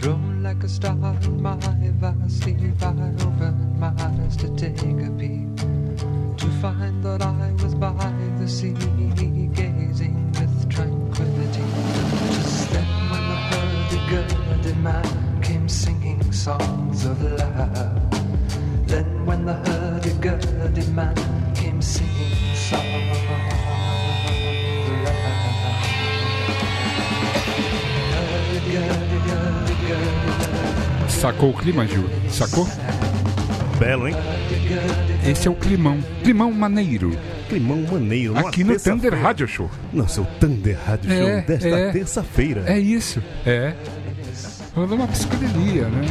Thrown like a star in my vast sleep, I opened my eyes to take a peek, to find that I was by the sea, gazing with tranquility. Just then when the hurdy-gurdy man came singing songs of love, then when the hurdy-gurdy man came singing songs of love. Sacou o clima, Gil? Sacou? Belo, hein? Esse é o climão. Climão maneiro. Climão maneiro. Aqui no Thunder Radio Show. No seu Thunder Radio Show desta terça-feira. É isso. Rolou uma psicodelia, né?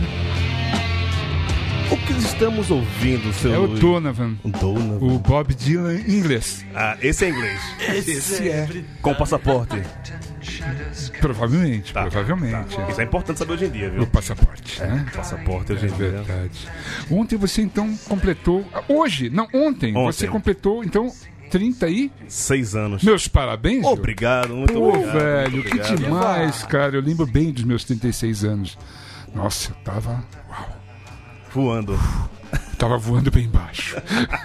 O que estamos ouvindo, seu... É o Donovan. O Bob Dylan em inglês. Ah, esse é inglês. Esse é. Com passaporte. Provavelmente. Tá. Isso é importante saber hoje em dia, viu? O passaporte, né? Passaporte hoje em dia. Verdade. Ontem você então completou... Ontem. Você completou, então... 36 anos. Meus parabéns, Gil. Obrigado, muito obrigado. Velho, muito que obrigado. demais, cara. Eu lembro bem dos meus 36 anos. Nossa, eu tava... Uau. Voando. Tava voando bem baixo.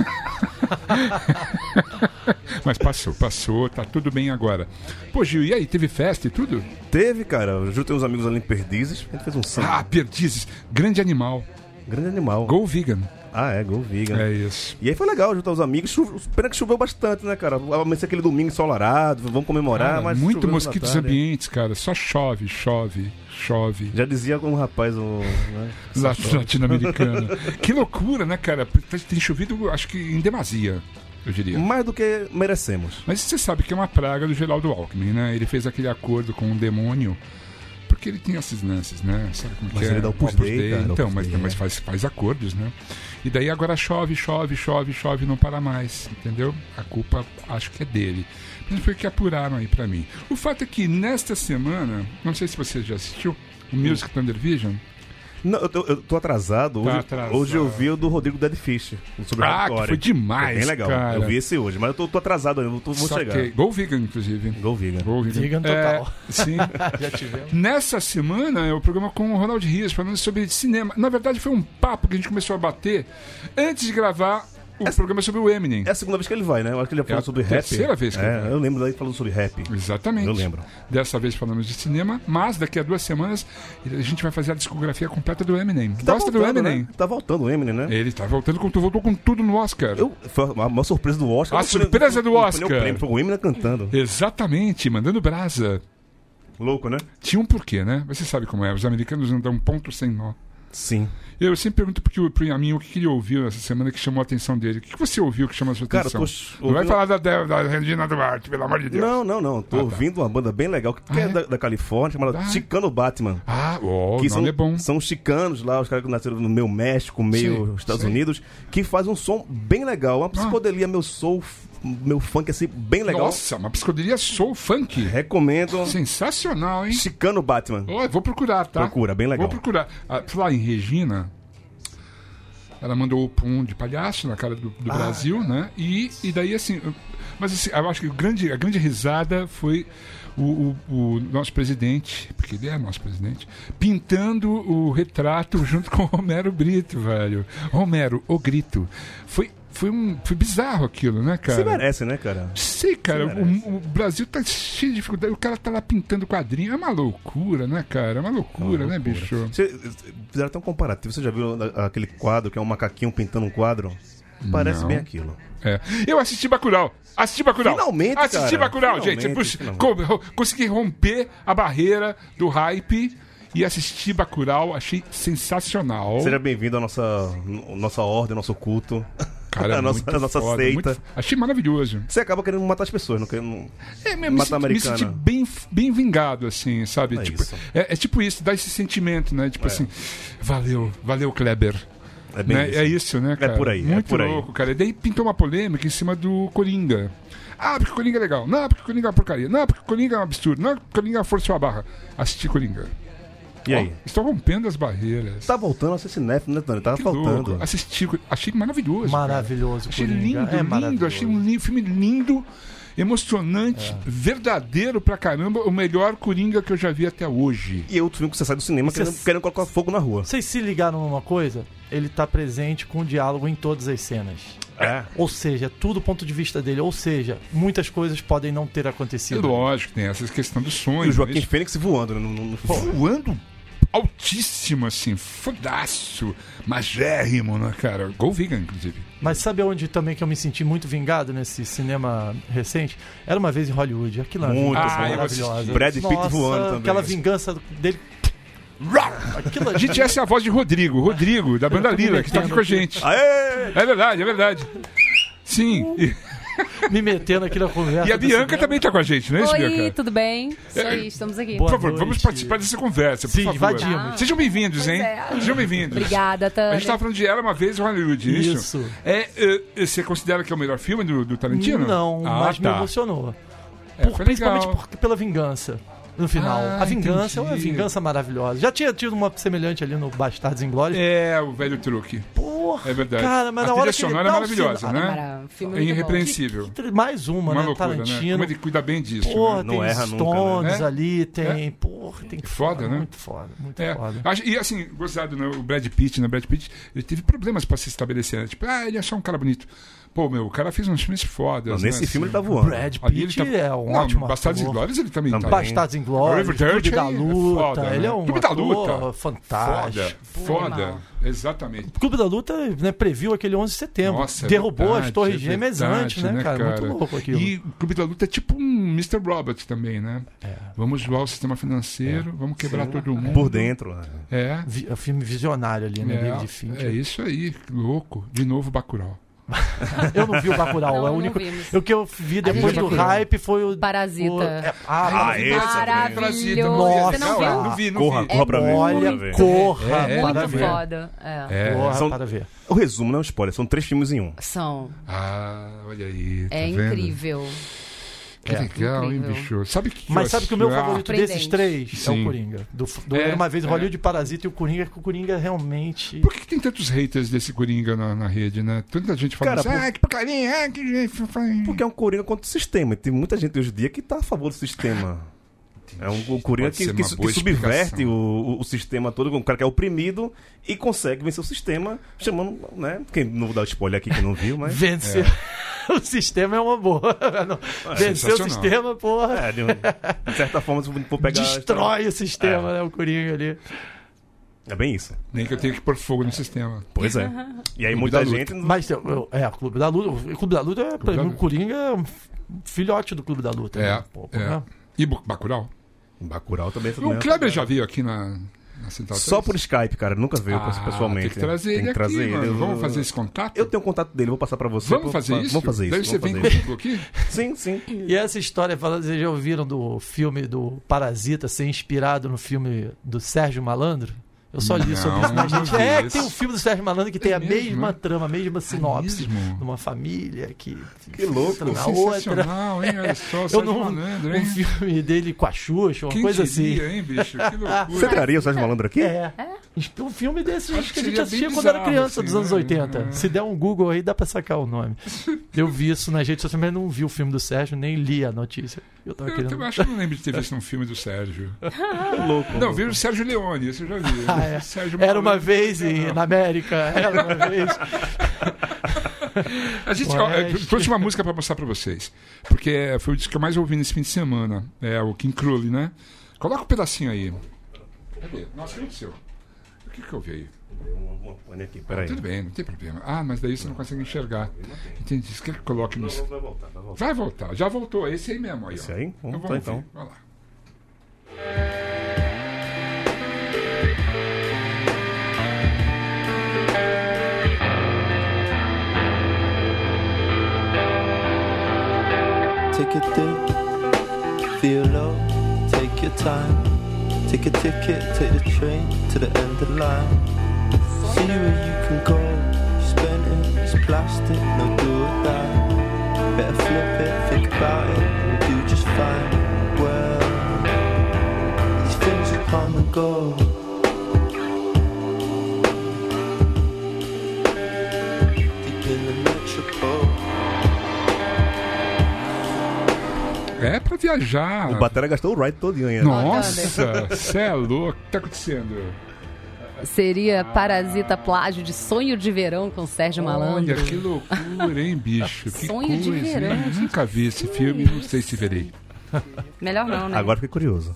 Mas passou, tá tudo bem agora. Pô, Gil, e aí, teve festa e tudo? Teve, cara. Eu juntei uns amigos ali em Perdizes. A gente fez um samba. Ah, Perdizes. Grande animal. Go vegan. Ah, Go vegan. É isso. E aí foi legal juntar os amigos. Pena que choveu bastante, né, cara? Amanheceu aquele domingo ensolarado, vamos comemorar, cara, mas muito mosquito dos ambientes, cara. Só chove. Já dizia um rapaz né? latino-americano. Que loucura, né, cara? Tem chovido, acho que em demasia, eu diria. Mais do que merecemos. Mas você sabe que é uma praga do Geraldo Alckmin, né? Ele fez aquele acordo com o demônio, porque ele tem esses lances, né? Sabe como mas que ele é? dá o Opus Dei, cara, então, Opus Dei, mas faz acordos, né? E daí agora chove, não para mais, entendeu? A culpa acho que é dele. Mas foi que apuraram aí pra mim. O fato é que nesta semana, não sei se você já assistiu o Music Thunder Vision. Não, eu tô atrasado. Hoje eu vi o do Rodrigo Dead Fish. Sobre que foi demais, bem legal. Cara. Eu vi esse hoje, mas eu tô atrasado, eu vou chegar. Go vegan, inclusive. Go vegan. Vegan total. Sim. Já tivemos. Nessa semana é o programa com o Ronald Rios, falando sobre cinema. Na verdade foi um papo que a gente começou a bater antes de gravar o programa sobre o Eminem. É a segunda vez que ele vai, né? Eu acho que ele já falou sobre rap. Terceira vez que ele vai. Eu lembro dele falando sobre rap. Exatamente. Eu lembro. Dessa vez falamos de cinema, mas daqui a 2 semanas a gente vai fazer a discografia completa do Eminem. Gosta do Eminem? Né? Tá voltando o Eminem, né? Ele tá voltando, voltou com tudo no Oscar. Foi a maior surpresa do Oscar. A surpresa do Oscar. Foi o Eminem cantando. Exatamente, mandando brasa. Louco, né? Tinha um porquê, né? Você sabe como é. Os americanos não dão ponto sem nó. Sim. Eu sempre pergunto pro Yamin o que ele ouviu essa semana que chamou a atenção dele. O que você ouviu que chamou a sua atenção? Não vai falar da Regina Duarte, pelo amor de Deus. Não. Tô ouvindo uma banda bem legal que é da Califórnia, chamada Chicano Batman. O nome é bom. São chicanos lá, os caras que nasceram no meio México, meio Estados Unidos, que fazem um som bem legal. Uma psicodelia, meu soul, meu funk, assim, bem legal. Nossa, uma psicodelia soul funk. Recomendo. Sensacional, hein? Chicano Batman. Vou procurar, tá? Procura, bem legal. Vou procurar. Falar em Regina, ela mandou o pum de palhaço na cara do Brasil, né? E daí, assim... Mas, assim, eu acho que a grande risada foi o nosso presidente, porque ele é nosso presidente, pintando o retrato junto com o Romero Brito, velho. Romero, o Grito. Foi bizarro aquilo, né, cara? Se merece, né, cara? Sei, cara. O Brasil tá cheio de dificuldade. O cara tá lá pintando quadrinho. É uma loucura, né, cara? É uma loucura, né, bicho? Fizeram até um comparativo. Você já viu aquele quadro que é um macaquinho pintando um quadro? Parece bem aquilo. Eu assisti Bacurau. Finalmente, assisti cara. Bacurau, gente. Consegui romper a barreira do hype e assisti Bacurau. Achei sensacional. Seja bem-vindo à nossa ordem, ao nosso culto. Cara, a nossa foda, seita. Achei maravilhoso. Você acaba querendo matar as pessoas, não querendo matar a americana. Me senti bem vingado, assim, sabe? É tipo isso, dá esse sentimento, né? Tipo assim, valeu, Kleber. É bem né? isso. É isso, né, cara? É por aí. Muito louco, cara. E daí pintou uma polêmica em cima do Coringa. Porque o Coringa é legal. Não, porque o Coringa é uma porcaria. Não, porque o Coringa é um absurdo. Não, porque o Coringa forçou a barra. Assisti Coringa. E aí? Estão rompendo as barreiras. Tá voltando a ser cinéfilo, né, Tony? Tava Que faltando. louco. Assisti, achei maravilhoso. cara. Maravilhoso. Achei Coringa. lindo, É lindo. maravilhoso. Achei um filme lindo, emocionante, verdadeiro pra caramba. O melhor Coringa que eu já vi até hoje. E é outro filme que você sai do cinema querendo colocar fogo na rua. Vocês se ligaram numa coisa? Ele tá presente com diálogo em todas as cenas. É. Ou seja, tudo ponto de vista dele. Ou seja, muitas coisas podem não ter É acontecido. lógico, tem essa questão do sonho. E o Joaquim né? Fênix voando no Voando altíssimo, assim, fodaço, magérrimo, né, cara? Gol Vegan, inclusive. Mas sabe onde também que eu me senti muito vingado nesse cinema recente? Era Uma Vez em Hollywood. Aquilo é uma Muito vingança bom. Eu maravilhosa. assisti. Brad Pitt Nossa, voando também. Aquela vingança dele. Aquilo Gente, essa é a voz de Rodrigo, da banda Eu tô me Lila, que tá aqui com a metendo gente. Aê! É verdade. Sim. me metendo aqui na conversa. E a do Bianca cinema. também tá com a gente, não é isso, Oi, Bianca? tudo bem? Isso aí, estamos aqui. Boa Por favor, vamos noite. participar dessa conversa, por Sim, favor. invadimos. Sejam bem-vindos, hein? Pois é. Sejam bem-vindos. Obrigada, Tânia. A gente tava falando de Ela Uma Vez em Hollywood, isso? Isso. Você considera que é o melhor filme do Tarantino? Não, mas me tá. emocionou. Foi Principalmente legal. pela vingança. No final. Ah, A vingança é uma entendi. vingança maravilhosa. Já tinha tido uma semelhante ali no Bastardos Inglórios. É, o velho truque. Porra, É verdade. cara, mas a na trilha hora que ele sonora é dá o maravilhosa, final- né? Filme É muito bom. irrepreensível. Mais uma, Uma né? loucura, né? Tarantino. Como ele cuida bem disso. Porra, né? Não tem erra nunca, Stones né? ali, tem. Porra, tem Foda, né? Muito foda, muito É. foda. E assim, gozado, né? O Brad Pitt, né? Brad Pitt, ele teve problemas pra se estabelecer, né? Tipo, ele é só um cara bonito. Pô, meu, o cara fez uns filmes fodas, Não, né? nesse filme ele tá assim. voando. Brad Ali ele Pitt tá- é um Não, ótimo Bastardos ator. Inglórios ele também tá. Bastardos Inglórios, River Clube Dirt da é Luta. foda, né? Ele é um Clube da ator Luta. fantástico. Foda. Animal. Exatamente. O Clube da Luta, né, previu aquele 11 de setembro. Nossa, é Derrubou verdade, as Torres é Gêmeas verdade, antes, né, cara? Muito louco aquilo. E o Clube da Luta é tipo um Mr. Robot também, né? Vamos zoar o sistema financeiro, vamos quebrar todo mundo. Por dentro. É. É um filme visionário ali, né? David Fincher. É isso aí, louco. De novo, Bacurau. Eu não vi o Bacurau. Não, É o não único. vimos. O que eu vi depois gente do viu. hype foi o. Parasita. Esse Nossa. Você não viu? Não vi, não Corra, vi. corra pra ver. Olha, Corra pra ver. corra É, para Muito ver. foda. É. Corra São- para ver. O resumo não é um spoiler, são 3 filmes em um. São. Olha aí. Tá É vendo? incrível. Que legal, incrível. hein, bicho? Sabe que Mas sabe que o meu favorito Surpreendente. desses três é Sim. o Coringa. Do É, Era Uma Vez em é. Hollywood, Parasita e o Coringa, que o Coringa realmente. Por que tem tantos haters desse Coringa na rede, né? Tanta gente falando Cara, assim, que porcaria, que... Porque é um Coringa contra o sistema. E tem muita gente hoje em dia que tá a favor do sistema. É um Coringa Pode ser que uma boa subverte explicação. o sistema todo, um cara que é oprimido e consegue vencer o sistema, chamando, né? Quem não vou dar spoiler aqui que não viu, mas. Vencer o sistema é uma boa. Não, vencer o sensacional. sistema, porra. É, de certa forma, se for pegar. Destrói o sistema, né? O Coringa ali. É bem isso. Nem que eu tenha que pôr fogo no sistema. Pois é. E aí Clube muita da Luta. gente. Mas o Clube da Luta. O Clube da Luta é, pra da mim, o Luta. Coringa é um filhote do Clube da Luta. né? Um pouco, né? E Bacurau? Bacurau também. O Kleber já veio aqui na Central Só 3? por Skype, cara. Nunca veio pessoalmente. Tem que trazer Tem ele que trazer aqui, ele. mano. Vamos fazer esse contato? Eu tenho o contato dele, vou passar pra você. Vamos fazer isso? Vamos fazer isso. Daí você vamos vem fazer isso. comigo aqui? Sim, sim. E essa história, vocês já ouviram do filme do Parasita ser inspirado no filme do Sérgio Malandro? Eu só li sobre isso na Não, gente. não vi É, esse. tem um filme do Sérgio Malandro que tem a mesmo, mesma né? trama, a mesma sinopse. mesmo? De uma família que louco. entra na outra. Sensacional, hein? Olha só, Eu Sérgio não, Malandro, um hein? filme dele com a Xuxa, uma Quem coisa assim. diria, hein, bicho? Que loucura. Você traria o Sérgio Malandro aqui? É. Um filme desse Acho que a que gente seria assistia bem quando era bizarro, criança, assim, dos anos né? 80. É. Se der um Google aí, dá pra sacar o nome. Eu vi isso nas redes sociais, mas não vi o filme do Sérgio, nem li a notícia. Eu tava Eu querendo. também acho que não lembro de ter visto um filme do Sérgio. Louco. Não, vi o Sérgio Leone, esse eu já vi. Ah, é. Sérgio Era uma Malandro, vez não. na América, era uma vez. A gente, Oeste. eu trouxe uma música pra mostrar pra vocês. Porque foi o disco que eu mais ouvi nesse fim de semana. É o King Crowley, né? Coloca um pedacinho aí. Cadê? Nossa, o que aconteceu? O que eu vi aí? Olha aqui, peraí. Tudo bem, não tem problema. Mas daí você não consegue enxergar. Entendi. Você quer que eu coloque no... Vai voltar, vai voltar. Vai voltar, já voltou. Esse aí mesmo. Aí, Esse ó. aí? Vamos Então voltar, então. Vai lá. Take a dip, feel low, take your time. Take a ticket, take the train to the end of the line. See where you can go, spend it, it's plastic, no do or die. Better flip it, think about it, and do just fine. Well, these things will come and go. viajar. O batera gastou o ride todinho aí. Nossa, você é louco. O que tá acontecendo? Seria Parasita Plágio de Sonho de Verão com Sérgio Malandro. Olha, que loucura, hein, bicho? Que Sonho coisa, de verão, hein? gente. Nunca vi esse filme, não sei se verei. Melhor não, né? Agora fiquei curioso.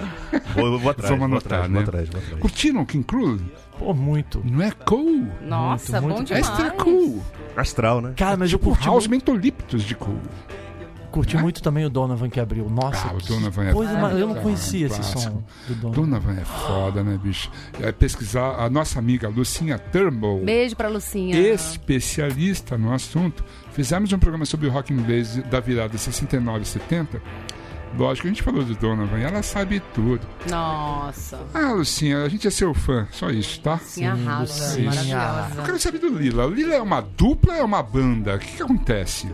Vou atrás. Vamos anotar, né? Vou atrás. Curtiram King Cruel? Pô, muito. Não é cool? Nossa, muito, bom muito. demais. Extra cool. Astral, né? Cara, mas eu Tipo curti, House Mentoliptos de cool. curti muito também o Donovan que abriu. Nossa, Ah, o que Donovan é coisa, foda, eu não cara, conhecia esse clássico. som do Donovan. Donovan é foda, né, bicho? É pesquisar a nossa amiga Lucinha Turnbull, Beijo pra Lucinha. especialista no assunto. Fizemos um programa sobre o rock inglês da virada 69 e 70. Lógico, a gente falou do Donovan e ela sabe tudo. Nossa. Ah, Lucinha, a gente é seu fã, só isso, tá? Lucinha arrasa. Lucinha. Eu Maravilhosa. quero saber do Lila. O Lila é uma dupla ou é uma banda? O que acontece?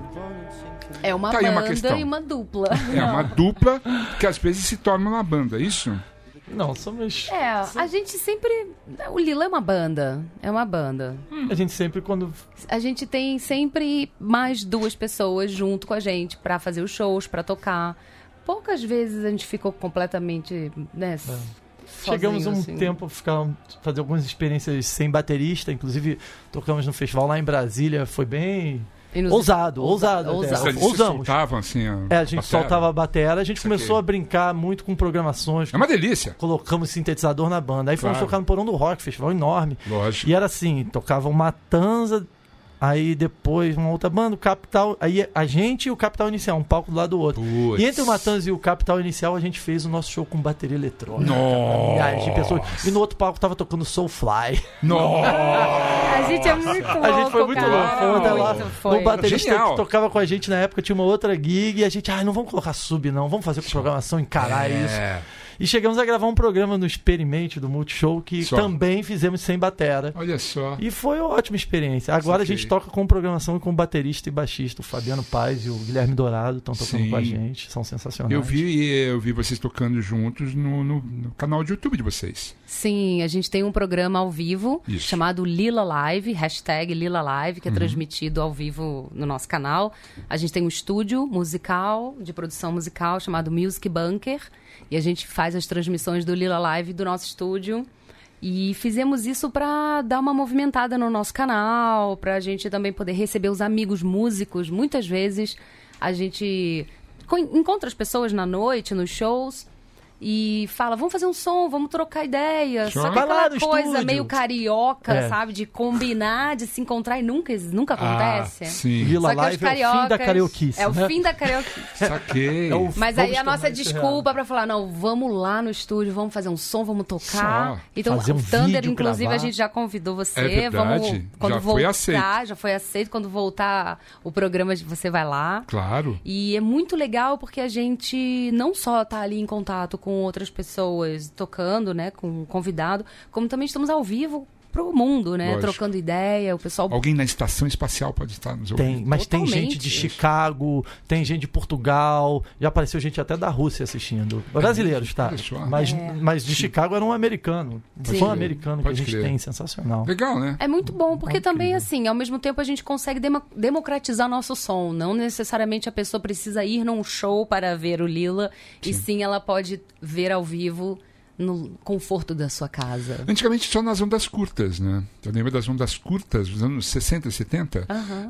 É uma Tá aí uma banda questão. e uma dupla. É uma dupla que às vezes se torna uma banda, é isso? Não, somos... É, a gente sempre... O Lila é uma banda. É uma banda. A gente sempre, quando... A gente tem sempre mais duas pessoas junto com a gente pra fazer os shows, pra tocar. Poucas vezes a gente ficou completamente, né, Chegamos sozinho, um assim. tempo a fazer algumas experiências sem baterista. Inclusive, tocamos no festival lá em Brasília. Foi bem... Ousado. Ousado. Vocês Ousamos. soltavam assim A gente batera? soltava a batera. A gente Isso começou aqui. a brincar muito com programações. É uma delícia. Colocamos sintetizador na banda. Aí fomos Claro. tocar no Porão do Rock, festival enorme. Lógico. E era assim, tocava o Matanza, aí depois uma outra banda, o Capital, aí a gente e o Capital Inicial, um palco do lado do outro. Putz. E entre o Matanza e o Capital Inicial, a gente fez o nosso show com bateria eletrônica. Nossa. Milhares de pessoas. E no outro palco tava tocando Soulfly. Nossa. A gente é muito louco, A gente foi muito cara. louco. Fomos até lá. Muito, foi. O baterista Genial. que tocava com a gente na época tinha uma outra gig e a gente, não vamos colocar sub não, vamos fazer com programação, encarar isso. É. E chegamos a gravar um programa no Experimente do Multishow que Só. também fizemos sem batera. Olha só. E foi uma ótima experiência. Agora Saquei. a gente toca com programação e com baterista e baixista. O Fabiano Paz e o Guilherme Dourado estão tocando Sim. com a gente. São sensacionais. Eu vi vocês tocando juntos no canal de YouTube de vocês. Sim, a gente tem um programa ao vivo Isso. chamado Lila Live, hashtag Lila Live, que é transmitido ao vivo no nosso canal. A gente tem um estúdio musical, de produção musical, chamado Music Bunker. E a gente faz as transmissões do Lila Live do nosso estúdio. E fizemos isso para dar uma movimentada no nosso canal, para a gente também poder receber os amigos músicos. Muitas vezes a gente encontra as pessoas na noite, nos shows, e fala, vamos fazer um som, vamos trocar ideia. Sure. Só que Vai lá aquela no coisa estúdio. meio carioca, É. sabe? De combinar, de se encontrar e nunca acontece. Sim. Lila Só que os Live é o fim da cariocas- carioquice. É o né? fim da carioquice. Saquei. É o- Mas Vamos aí a tomar nossa isso desculpa pra falar, não, vamos lá no estúdio, vamos fazer um som, vamos tocar. Só. Então, Fazer um o Thunder, vídeo, inclusive, gravar. a gente já convidou você. É verdade. Vamos, quando Já voltar, foi aceito. já foi aceito. Quando voltar o programa, você vai lá. Claro. E é muito legal porque a gente não só tá ali em contato com outras pessoas, tocando, né, com um convidado, como também estamos ao vivo pro mundo, né, Lógico. trocando ideia, o pessoal... Alguém na estação espacial pode estar nos ouvindo. Tem, mas tem Totalmente. gente de Chicago, tem gente de Portugal, já apareceu gente até da Rússia assistindo. Brasileiros, tá? Olha só. Mas de Chicago era um americano. Um Sim. fã americano que Pode a gente crer. tem, sensacional. Legal, né? É muito bom, porque também, assim, ao mesmo tempo a gente consegue democratizar nosso som. Não necessariamente a pessoa precisa ir num show para ver o Lila, e sim ela pode ver ao vivo no conforto da sua casa. Antigamente só nas ondas curtas, né? Eu lembro das ondas curtas dos anos 60 e 70. Aham.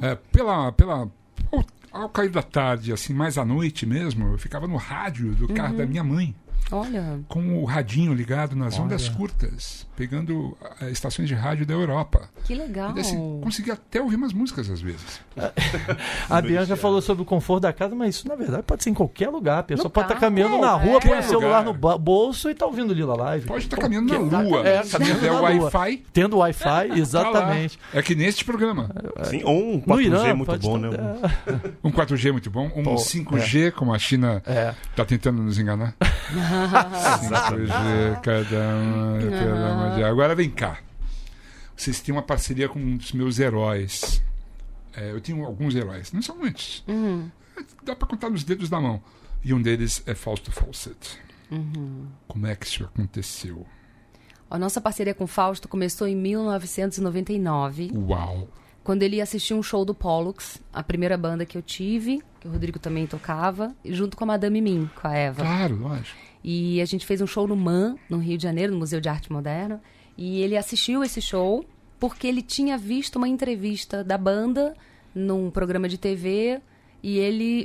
Ao cair da tarde, assim, mais à noite mesmo, eu ficava no rádio do carro da minha mãe, Olha, com o radinho ligado nas ondas curtas, pegando estações de rádio da Europa. que legal. E daí, assim, conseguia até ouvir umas músicas às vezes. A Bianca falou sobre o conforto da casa, mas isso na verdade pode ser em qualquer lugar. A pessoa No pode estar carro, caminhando na rua, é. põe o celular Lugar. no bolso e tá ouvindo Lila Live. Pode estar caminhando na lua. Caminhando Se tiver na lua. Wi-Fi, Tendo Wi-Fi, exatamente. tá lá. É que neste programa. Sim, ou um No 4G Irã, muito pode bom, estar- né? Um 4G é muito bom, um Pô, 5G, como a China É. está tentando nos enganar. 5G, cada um, pelo amor de Deus. Agora vem cá. Vocês têm uma parceria com um dos meus heróis. Eu tenho alguns heróis, não são muitos. Dá para contar nos dedos da mão. E um deles é Fausto Fawcett. Como é que isso aconteceu? A nossa parceria com o Fausto começou em 1999. Uau! quando ele ia assistir um show do Pollux, a primeira banda que eu tive, que o Rodrigo também tocava, junto com a Madame Mim, com a Eva. Claro, lógico. E a gente fez um show no MAN, no Rio de Janeiro, no Museu de Arte Moderna. E ele assistiu esse show porque ele tinha visto uma entrevista da banda num programa de TV e ele...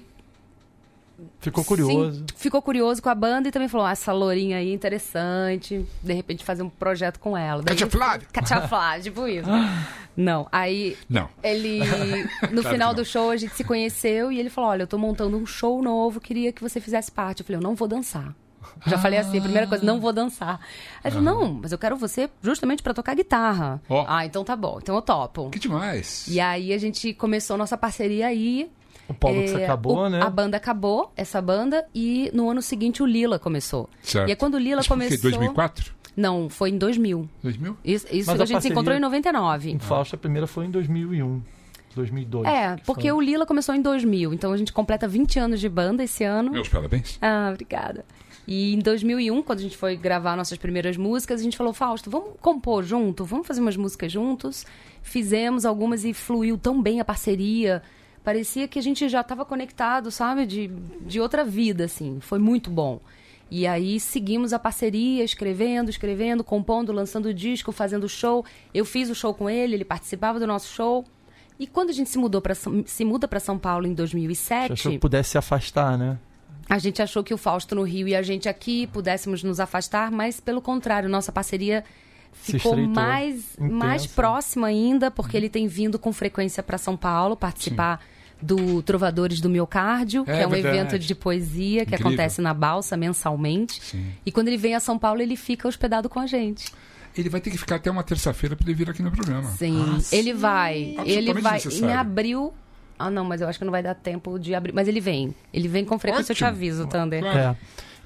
Ficou curioso. Sim, ficou curioso com a banda e também falou, essa lourinha aí interessante, de repente fazer um projeto com ela. Katia Flávia! Katia Flávia, tipo isso. Não, aí Não. ele, no Claro final que não. do show a gente se conheceu e ele falou, olha, eu tô montando um show novo, queria que você fizesse parte. Eu falei, eu não vou dançar. Já falei assim, a primeira coisa, não vou dançar. Aí ele falou, não, mas eu quero você justamente pra tocar guitarra. Ó. Ah, então tá bom, então eu topo. Que demais. E aí a gente começou nossa parceria aí. O Pollux acabou, né? A banda acabou, essa banda, e no ano seguinte o Lila começou. Certo. E aí quando o Lila Isso foi começou... 2004? Não, foi em 2000. 2000? Isso Mas a a gente se parceria- encontrou em 99. Em Fausto, a primeira foi em 2001, 2002. É, porque o Lila começou em 2000, então a gente completa 20 anos de banda esse ano. Meus parabéns. Ah, obrigada. E em 2001, quando a gente foi gravar nossas primeiras músicas, a gente falou, Fausto, vamos compor junto? Vamos fazer umas músicas juntos? Fizemos algumas e fluiu tão bem a parceria. Parecia que a gente já estava conectado, sabe? De outra vida, assim. Foi muito bom. E aí seguimos a parceria, escrevendo, compondo, lançando disco, fazendo show. Eu fiz o show com ele, ele participava do nosso show. E quando a gente se muda para São Paulo em 2007... Achou que pudesse se afastar, né? A gente achou que o Fausto no Rio e a gente aqui pudéssemos nos afastar, mas pelo contrário, nossa parceria ficou estreitou. mais Intensa. próxima ainda, porque ele tem vindo com frequência para São Paulo participar do Trovadores do Miocárdio, que é um verdade. evento de poesia que Incrível. acontece na Balsa mensalmente. Sim. E quando ele vem a São Paulo, ele fica hospedado com a gente. Ele vai ter que ficar até uma terça-feira para ele vir aqui no programa. Sim, ele vai. Ele Absolutamente vai necessário. em abril. Ah, não, mas eu acho que não vai dar tempo de abrir. Mas ele vem. Ele vem com frequência, eu te Ótimo. aviso, Thunder. Claro. É.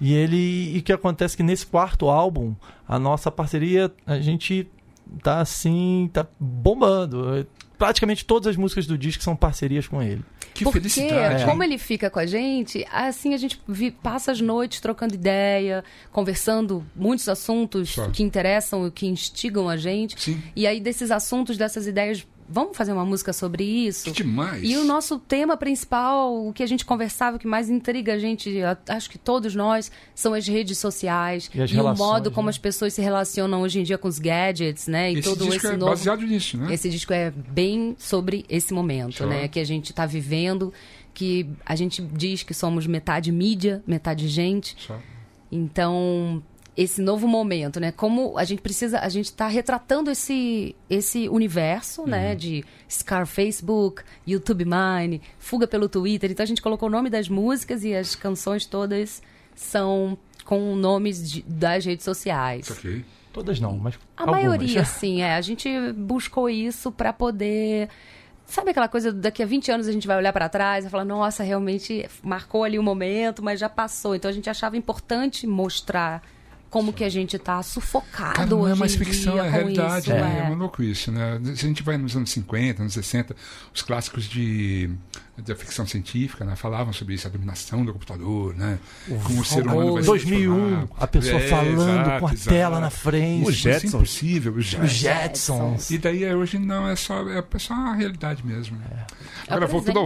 E o que acontece é que nesse quarto álbum, a nossa parceria, a gente tá assim, tá bombando. Praticamente todas as músicas do disco são parcerias com ele. Que Porque, felicidade. como ele fica com a gente, assim a gente passa as noites trocando ideia, conversando muitos assuntos Claro. que interessam e que instigam a gente. Sim. E aí, desses assuntos, dessas ideias, vamos fazer uma música sobre isso? Que demais. E o nosso tema principal, o que a gente conversava, o que mais intriga a gente, acho que todos nós, são as redes sociais E as o relações, modo como né? as pessoas se relacionam hoje em dia com os gadgets, né? E Esse todo disco esse é novo... baseado nisso, né? Esse disco é bem sobre esse momento, Sure. né? Que a gente está vivendo, que a gente diz que somos metade mídia, metade gente. Só. Então, esse novo momento, né? Como a gente está retratando esse universo, né? De Scar Facebook, YouTube Mine, Fuga pelo Twitter. Então a gente colocou o nome das músicas e as canções todas são com nomes das redes sociais. Ok. Todas não, mas A algumas. maioria, sim, é. A gente buscou isso para poder... Sabe aquela coisa, daqui a 20 anos a gente vai olhar para trás e falar, nossa, realmente marcou ali um momento, mas já passou. Então a gente achava importante mostrar como que a gente tá sufocado Cara, não hoje é mais em ficção, dia é com realidade. isso. Né? É maluco isso, né? Se a gente vai nos anos 50, anos 60, os clássicos da ficção científica, né? Falavam sobre isso, a dominação do computador, né? Como o ser humano vai se 2001, transformar. a pessoa falando com a exato. tela na frente. Os Isso é Jetsons. impossível, os Os Jetsons. Jetsons. E daí hoje não, é só a realidade mesmo. Agora, É o voltando ao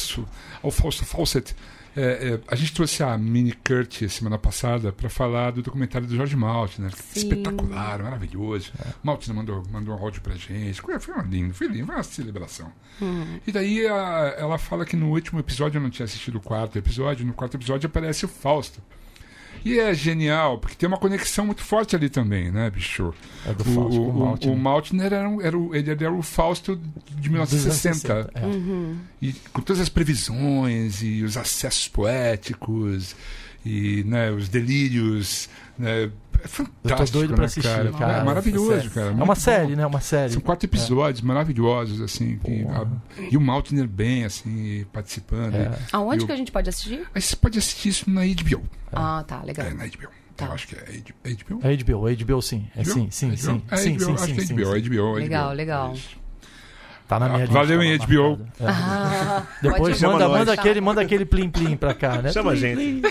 Fausto Fawcett, a gente trouxe a Minnie Curtis semana passada para falar do documentário do George Maltner, que é Sim. espetacular, maravilhoso. Maltner mandou um áudio pra gente, foi lindo, foi uma celebração. E daí ela fala que no último episódio, eu não tinha assistido o quarto episódio, no quarto episódio aparece o Fausto. E é genial, porque tem uma conexão muito forte ali também, né, bicho? É do Fausto com o Maltner. O Maltner ele era o Fausto de 1960. É. E com todas as previsões e os acessos poéticos e, né, os delírios, né, é fantástico. Eu tô doido pra né, assistir, cara. É maravilhoso, cara. É muito uma bom. série, né? Uma série. São 4 episódios maravilhosos, assim. E o Maltner bem, assim, participando. Aonde E que a gente pode assistir? Aí você pode assistir isso na HBO. Ah, tá, legal. É, na HBO. Tá. Eu acho que é HBO. É HBO sim. É sim. É HBO? Sim. É Sim, HBO, sim, acho sim, que é sim, HBO, sim. HBO. Legal, legal. Isso. Tá na minha Valeu, lista, hein, tá HBO. marcado. É. Ah, Depois pode Chama nós. manda aquele plim-plim pra cá, né? Chama a gente.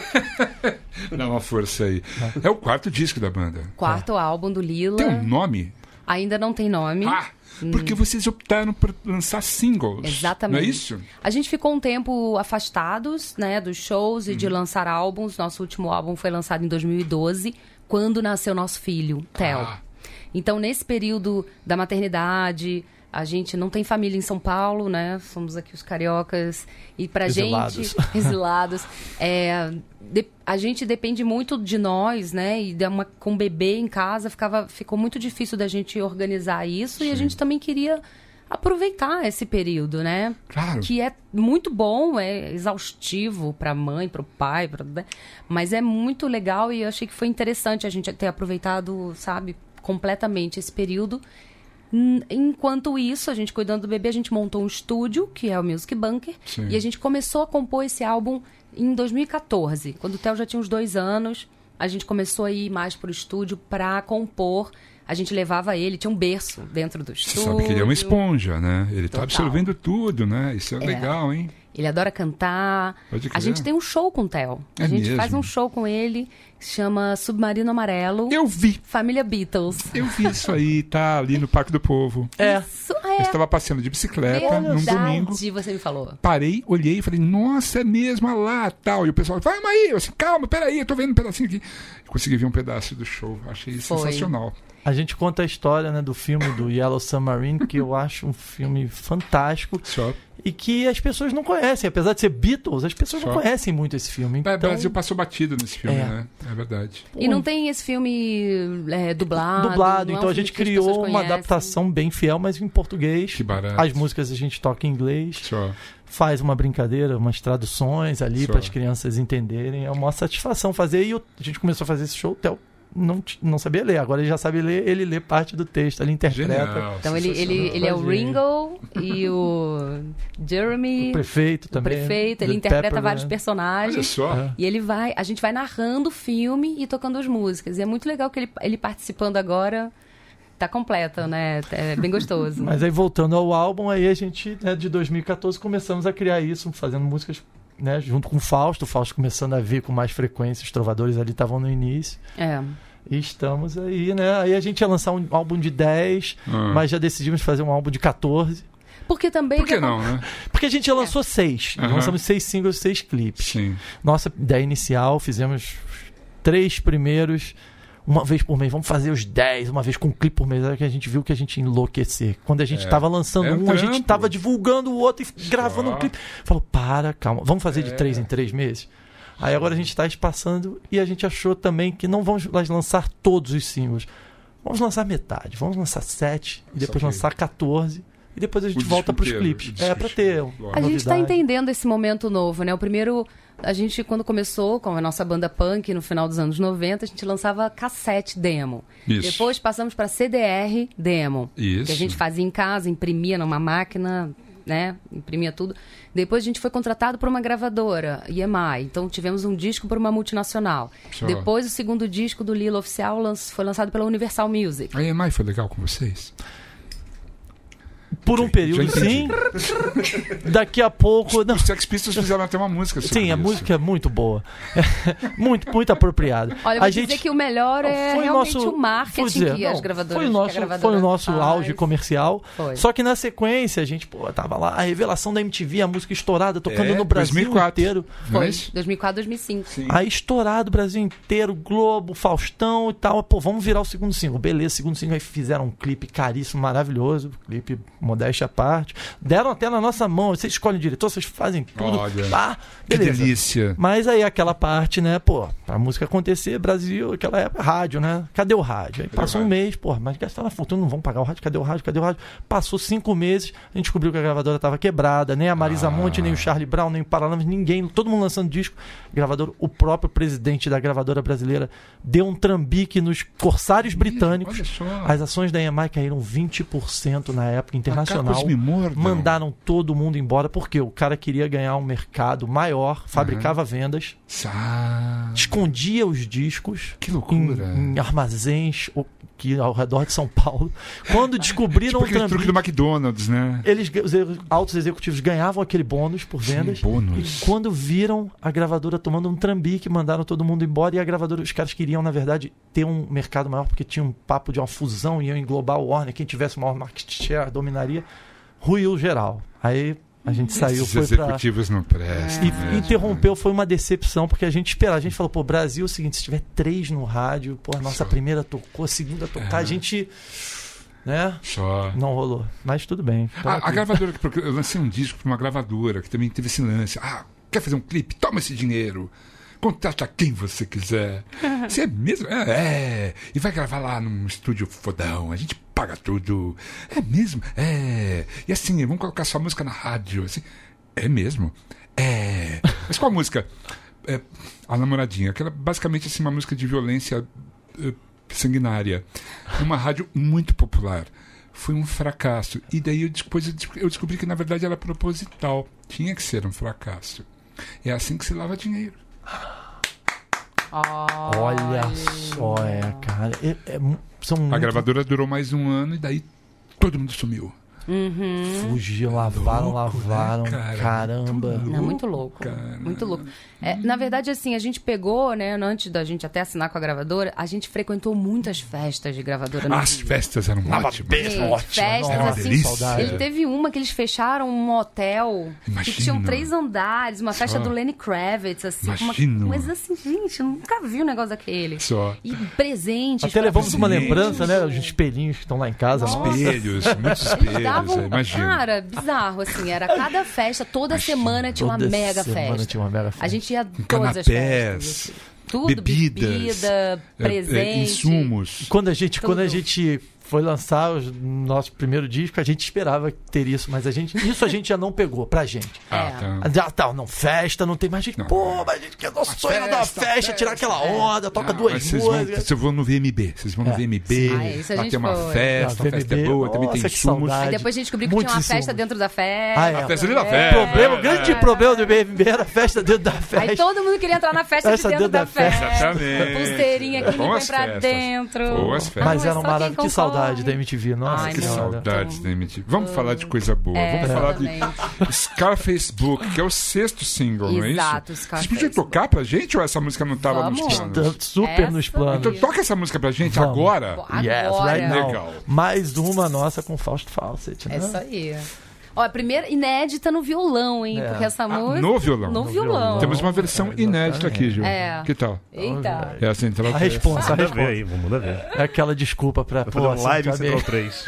Dá uma força aí. É o 4º disco da banda. Quarto álbum do Lila. Tem um nome? Ainda não tem nome. Ah! Porque vocês optaram por lançar singles. Exatamente. Não é isso? A gente ficou um tempo afastados, né, dos shows e de lançar álbuns. Nosso último álbum foi lançado em 2012, quando nasceu nosso filho, Theo. Então, nesse período da maternidade, a gente não tem família em São Paulo, né? Somos aqui os cariocas. E pra gente... Exilados. A gente depende muito de nós, né? E com bebê em casa, ficou muito difícil da gente organizar isso. Sim. E a gente também queria aproveitar esse período, né? Claro. Que é muito bom, é exaustivo pra mãe, pro pai, mas é muito legal e eu achei que foi interessante a gente ter aproveitado, sabe, completamente esse período. Enquanto isso, a gente cuidando do bebê, a gente montou um estúdio, que é o Music Bunker. Sim. E a gente começou a compor esse álbum em 2014. Quando o Theo já tinha uns 2 anos, a gente começou a ir mais pro estúdio para compor. A gente levava ele, tinha um berço dentro do estúdio. Você sabe que ele é uma esponja, né? Ele tá absorvendo tudo, né? Isso é legal, hein? Ele adora cantar. A gente tem um show com o Theo. A gente faz um show com ele, que se chama Submarino Amarelo. Eu vi. Família Beatles. Eu vi isso aí, tá ali no Parque do Povo. Isso Eu estava passeando de bicicleta num domingo. Você me falou. Parei, olhei e falei, nossa, é mesmo, olha lá, tal. E o pessoal falou, vai, aí. Eu assim, calma, peraí, eu tô vendo um pedacinho aqui. Eu consegui ver um pedaço do show. Achei sensacional. A gente conta a história, né, do filme do Yellow Submarine, que eu acho um filme fantástico. E que as pessoas não conhecem. Apesar de ser Beatles, as pessoas não conhecem muito esse filme. Então... O Brasil passou batido nesse filme, né? É verdade. E não tem esse filme dublado. Dublado. Então a gente criou uma adaptação bem fiel, mas em português. Que barato. As músicas a gente toca em inglês. Faz uma brincadeira, umas traduções ali para as crianças entenderem. É uma satisfação fazer. E a gente começou a fazer esse show, Theo não sabia ler, agora ele já sabe ler, ele lê parte do texto, ele interpreta. Genial, então ele é o Ringo e o Jeremy, o prefeito também. Ele interpreta vários personagens. Olha só. E a gente vai narrando o filme e tocando as músicas. E é muito legal que ele participando agora. Tá completa, né? É bem gostoso. Mas aí voltando ao álbum, aí a gente, né, de 2014 começamos a criar isso, fazendo músicas, né, junto com o Fausto começando a vir com mais frequência, os trovadores ali estavam no início. E estamos aí, né? Aí a gente ia lançar um álbum de 10, mas já decidimos fazer um álbum de 14. Porque também... Por que não, né? Porque a gente já lançou 6. Lançamos 6 singles, 6 clipes. Sim. Nossa ideia inicial, fizemos 3 primeiros... Uma vez por mês, vamos fazer os 10, uma vez com um clipe por mês, que a gente viu que a gente ia enlouquecer. Quando a gente estava lançando a gente estava divulgando o outro e gravando um clipe. Falou, calma, vamos fazer de 3 em 3 meses? Aí agora a gente está espaçando e a gente achou também que não vamos lançar todos os singles. Vamos lançar metade, vamos lançar 7 e depois lançar 14. E depois a gente volta para os clipes. Para ter a gente está entendendo esse momento novo, né? O primeiro... A gente, quando começou com a nossa banda punk, no final dos anos 90, a gente lançava cassete demo. Isso. Depois passamos para CDR demo. Isso. Que a gente fazia em casa, imprimia numa máquina, né? Imprimia tudo. Depois a gente foi contratado por uma gravadora, EMI. Então tivemos um disco por uma multinacional. Depois o segundo disco do Lilo Oficial foi lançado pela Universal Music. A EMI foi legal com vocês? Por um período, sim. Daqui a pouco... Os Sex Pistols fizeram até uma música sobre Sim, a música é muito boa. muito apropriada. Olha, eu vou dizer que o melhor é realmente o marketing que as gravadoras... Foi o nosso auge comercial. Só que na sequência, a gente tava lá, a revelação da MTV, a música estourada, tocando no Brasil 2004. inteiro. Foi, 2004, 2005. Sim. Aí estourado o Brasil inteiro, Globo, Faustão e tal. Vamos virar o segundo single. Beleza, segundo single. Aí fizeram um clipe caríssimo, maravilhoso. Clipe... modéstia à parte, deram até na nossa mão, vocês escolhem o diretor, vocês fazem tudo. Olha, que beleza. delícia. Mas aí aquela parte, né, pra música acontecer, Brasil, aquela época, rádio, né, cadê o rádio? Aí passou um mês, mas gastaram uma fortuna, não vão pagar o rádio, cadê o rádio? Passou 5 meses, a gente descobriu que a gravadora estava quebrada, nem a Marisa Monte, nem o Charlie Brown, nem o Paralamas, ninguém, todo mundo lançando disco, gravador, o próprio presidente da gravadora brasileira deu um trambique nos corsários britânicos, as ações da EMI caíram 20% na época internacional. irracional. Cacos me mordam. Mandaram todo mundo embora, porque o cara queria ganhar um mercado maior, fabricava vendas, escondia os discos Que loucura. em armazéns aqui ao redor de São Paulo. Quando descobriram Tipo aquele truque do McDonald's, né? os altos executivos ganhavam aquele bônus por vendas. Sim, bônus. E quando viram a gravadora tomando um trambique, mandaram todo mundo embora. E a gravadora, os caras queriam, na verdade, ter um mercado maior, porque tinha um papo de uma fusão, iam englobar o Warner. Quem tivesse o maior market share dominaria. Ruiu geral. Aí a gente saiu, Esses foi executivos não prestam. e interrompeu, foi uma decepção, porque a gente esperava. A gente falou, pô, Brasil é o seguinte, se tiver 3 no rádio, pô, a nossa primeira tocou, a segunda tocar, a gente... Né? Só. Não rolou. Mas tudo bem. A gravadora, porque eu lancei um disco para uma gravadora que também teve esse lance. Quer fazer um clipe? Toma esse dinheiro. Contrata quem você quiser. Você é mesmo? É. E vai gravar lá num estúdio fodão. A gente paga tudo. É mesmo? É. E assim, vamos colocar sua música na rádio. Assim, é mesmo? É. Mas qual música? A Namoradinha. Aquela, basicamente, assim, uma música de violência sanguinária. Uma rádio muito popular. Foi um fracasso. E daí depois eu descobri que, na verdade, era proposital. Tinha que ser um fracasso. É assim que se lava dinheiro. Olha só, cara. A gravadora durou mais um ano e daí todo mundo sumiu. Fugiu, lavaram, né, cara? Caramba. Não, muito louco. Cara. Muito louco. Na verdade, assim, a gente pegou, né, antes da gente até assinar com a gravadora, a gente frequentou muitas festas de gravadora no As Rio. festas eram ótimas. Festas, Era uma assim, delícia. ele teve uma que eles fecharam um hotel que Imagina. tinham 3 andares, uma festa Só. do Lenny Kravitz, assim. Imagina. Mas assim, gente, eu nunca vi um negócio daquele. Só. E presentes. Até levamos uma presente. lembrança, né? Os espelhinhos que estão lá em casa. Espelhos, muitos Eles espelhos. davam, Imagina. cara, bizarro, assim, era cada festa, toda semana tinha uma Toda mega semana festa. tinha uma mega festa. A gente ia a todas as festas. Canapés, Tudo, bebidas, bebida, presente. insumos. Quando a gente foi lançar o nosso primeiro disco, a gente esperava ter isso, mas a gente já não pegou pra gente. Não, festa, não tem mais gente. Não. Pô, mas a gente quer nosso sonho da festa, tirar aquela onda, toca duas Vocês músicas. vão no VMB. Vocês vão no VMB. Isso a Lá gente tem uma foi. festa, a festa é boa, também tem Nossa, que insumos. saudade. Aí depois a gente descobriu que Muito tinha uma festa insumos. dentro da festa. Ah, é. A festa ali da festa. O grande problema do BMB era a festa dentro da festa. Aí todo mundo queria entrar na festa de dentro da festa. Exatamente. Pulseirinha que ninguém Boas pra festas. dentro. Boas festas. Mas Ah, era só maravilhoso. quem Que saudade concorre. da MTV. Nossa, Ai, Que não. saudades da MTV. Vamos falar de coisa boa. Vamos É, falar exatamente. de Scarface Book, que é o 6º single, não é isso? Exato, Vocês Scarface podiam tocar pra gente ou essa música não estava nos Vamos. planos? Super Essa nos planos. Então toca essa música pra gente Vamos. agora. Yes, Agora. right now. Legal. Mais uma nossa com Fausto Fawcett, né? É isso aí. Ó, a primeira inédita no violão, hein? É. Porque essa música... No violão. No violão. Temos uma versão inédita aqui, Gil. É. Que tal? Eita. É a Central A 3. responsa, a Manda ver responsa. aí, vamos mandar ver. É aquela desculpa pra... Vai fazer um live em Central 3.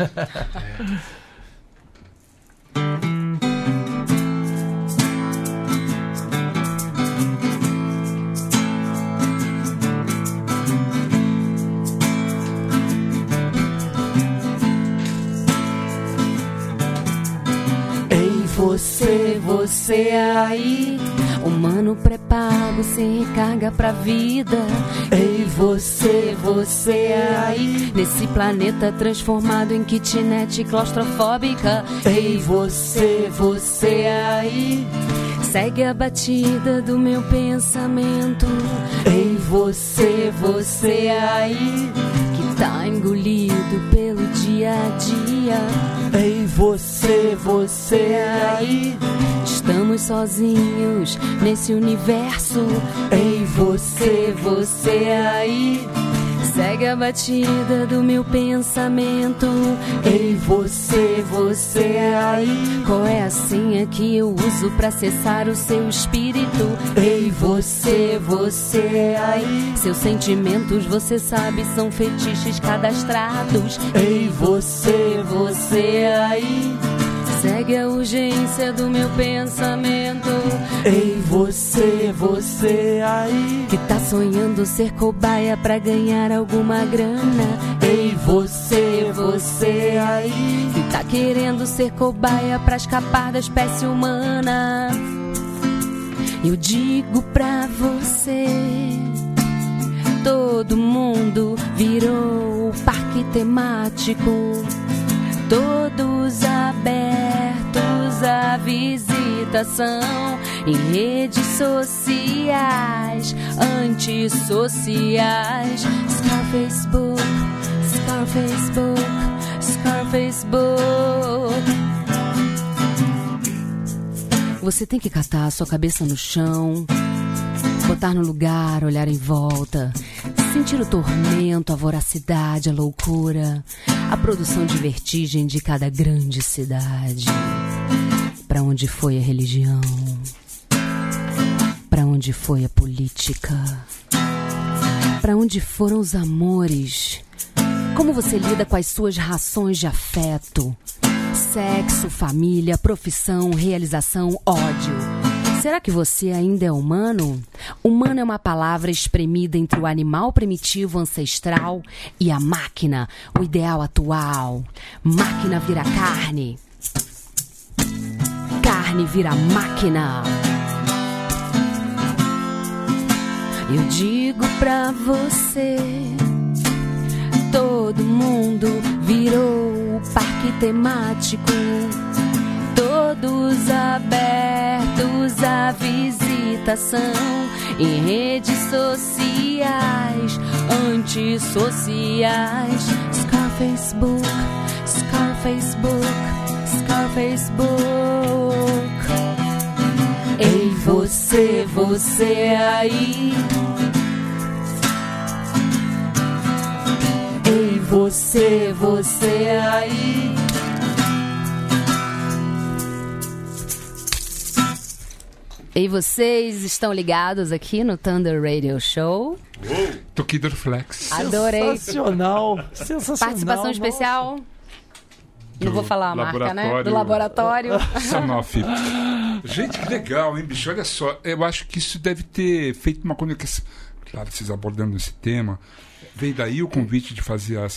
Ei, você aí, humano pré-pago, sem recarga pra vida. Ei, você aí, nesse planeta transformado em kitnet claustrofóbica. Ei, você aí, segue a batida do meu pensamento. Ei, você aí, que tá engolido pelo dia a dia. Ei, você aí, estamos sozinhos nesse universo. Ei, você aí, segue a batida do meu pensamento. Ei, você aí, qual é a senha que eu uso pra acessar o seu espírito? Ei, você aí, seus sentimentos, você sabe, são fetiches cadastrados. Ei, você aí, segue a urgência do meu pensamento. Ei, você aí, que tá sonhando ser cobaia pra ganhar alguma grana. Ei, você aí, que tá querendo ser cobaia pra escapar da espécie humana. Eu digo pra você, todo mundo virou parque temático. todos abertos à visitação em redes sociais, antissociais. Scar Facebook, Scar Facebook, Scar Facebook. Você tem que catar a sua cabeça no chão, botar no lugar, olhar em volta, sentir o tormento, a voracidade, a loucura, a produção de vertigem de cada grande cidade. Pra onde foi a religião? Pra onde foi a política? Pra onde foram os amores? Como você lida com as suas rações de afeto? Sexo, família, profissão, realização, ódio. Será que você ainda é humano? Humano é uma palavra espremida entre o animal primitivo ancestral e a máquina, o ideal atual. Máquina vira carne. Carne vira máquina. Eu digo pra você, todo mundo virou parque temático, todos abertos à visitação em redes sociais, antissociais. Scar Facebook, Scar Facebook, Scar Facebook. Ei, você, você aí. Ei, você, você aí. E vocês estão ligados aqui no Thunder Radio Show. Toquidor Flex. Adorei. Sensacional. Sensacional. Participação especial. Não vou falar a marca, né? Do laboratório. Sanofi. Gente, que legal, hein, bicho? Olha só, eu acho que isso deve ter feito uma conexão. Claro, vocês abordando esse tema. Veio daí o convite de fazer a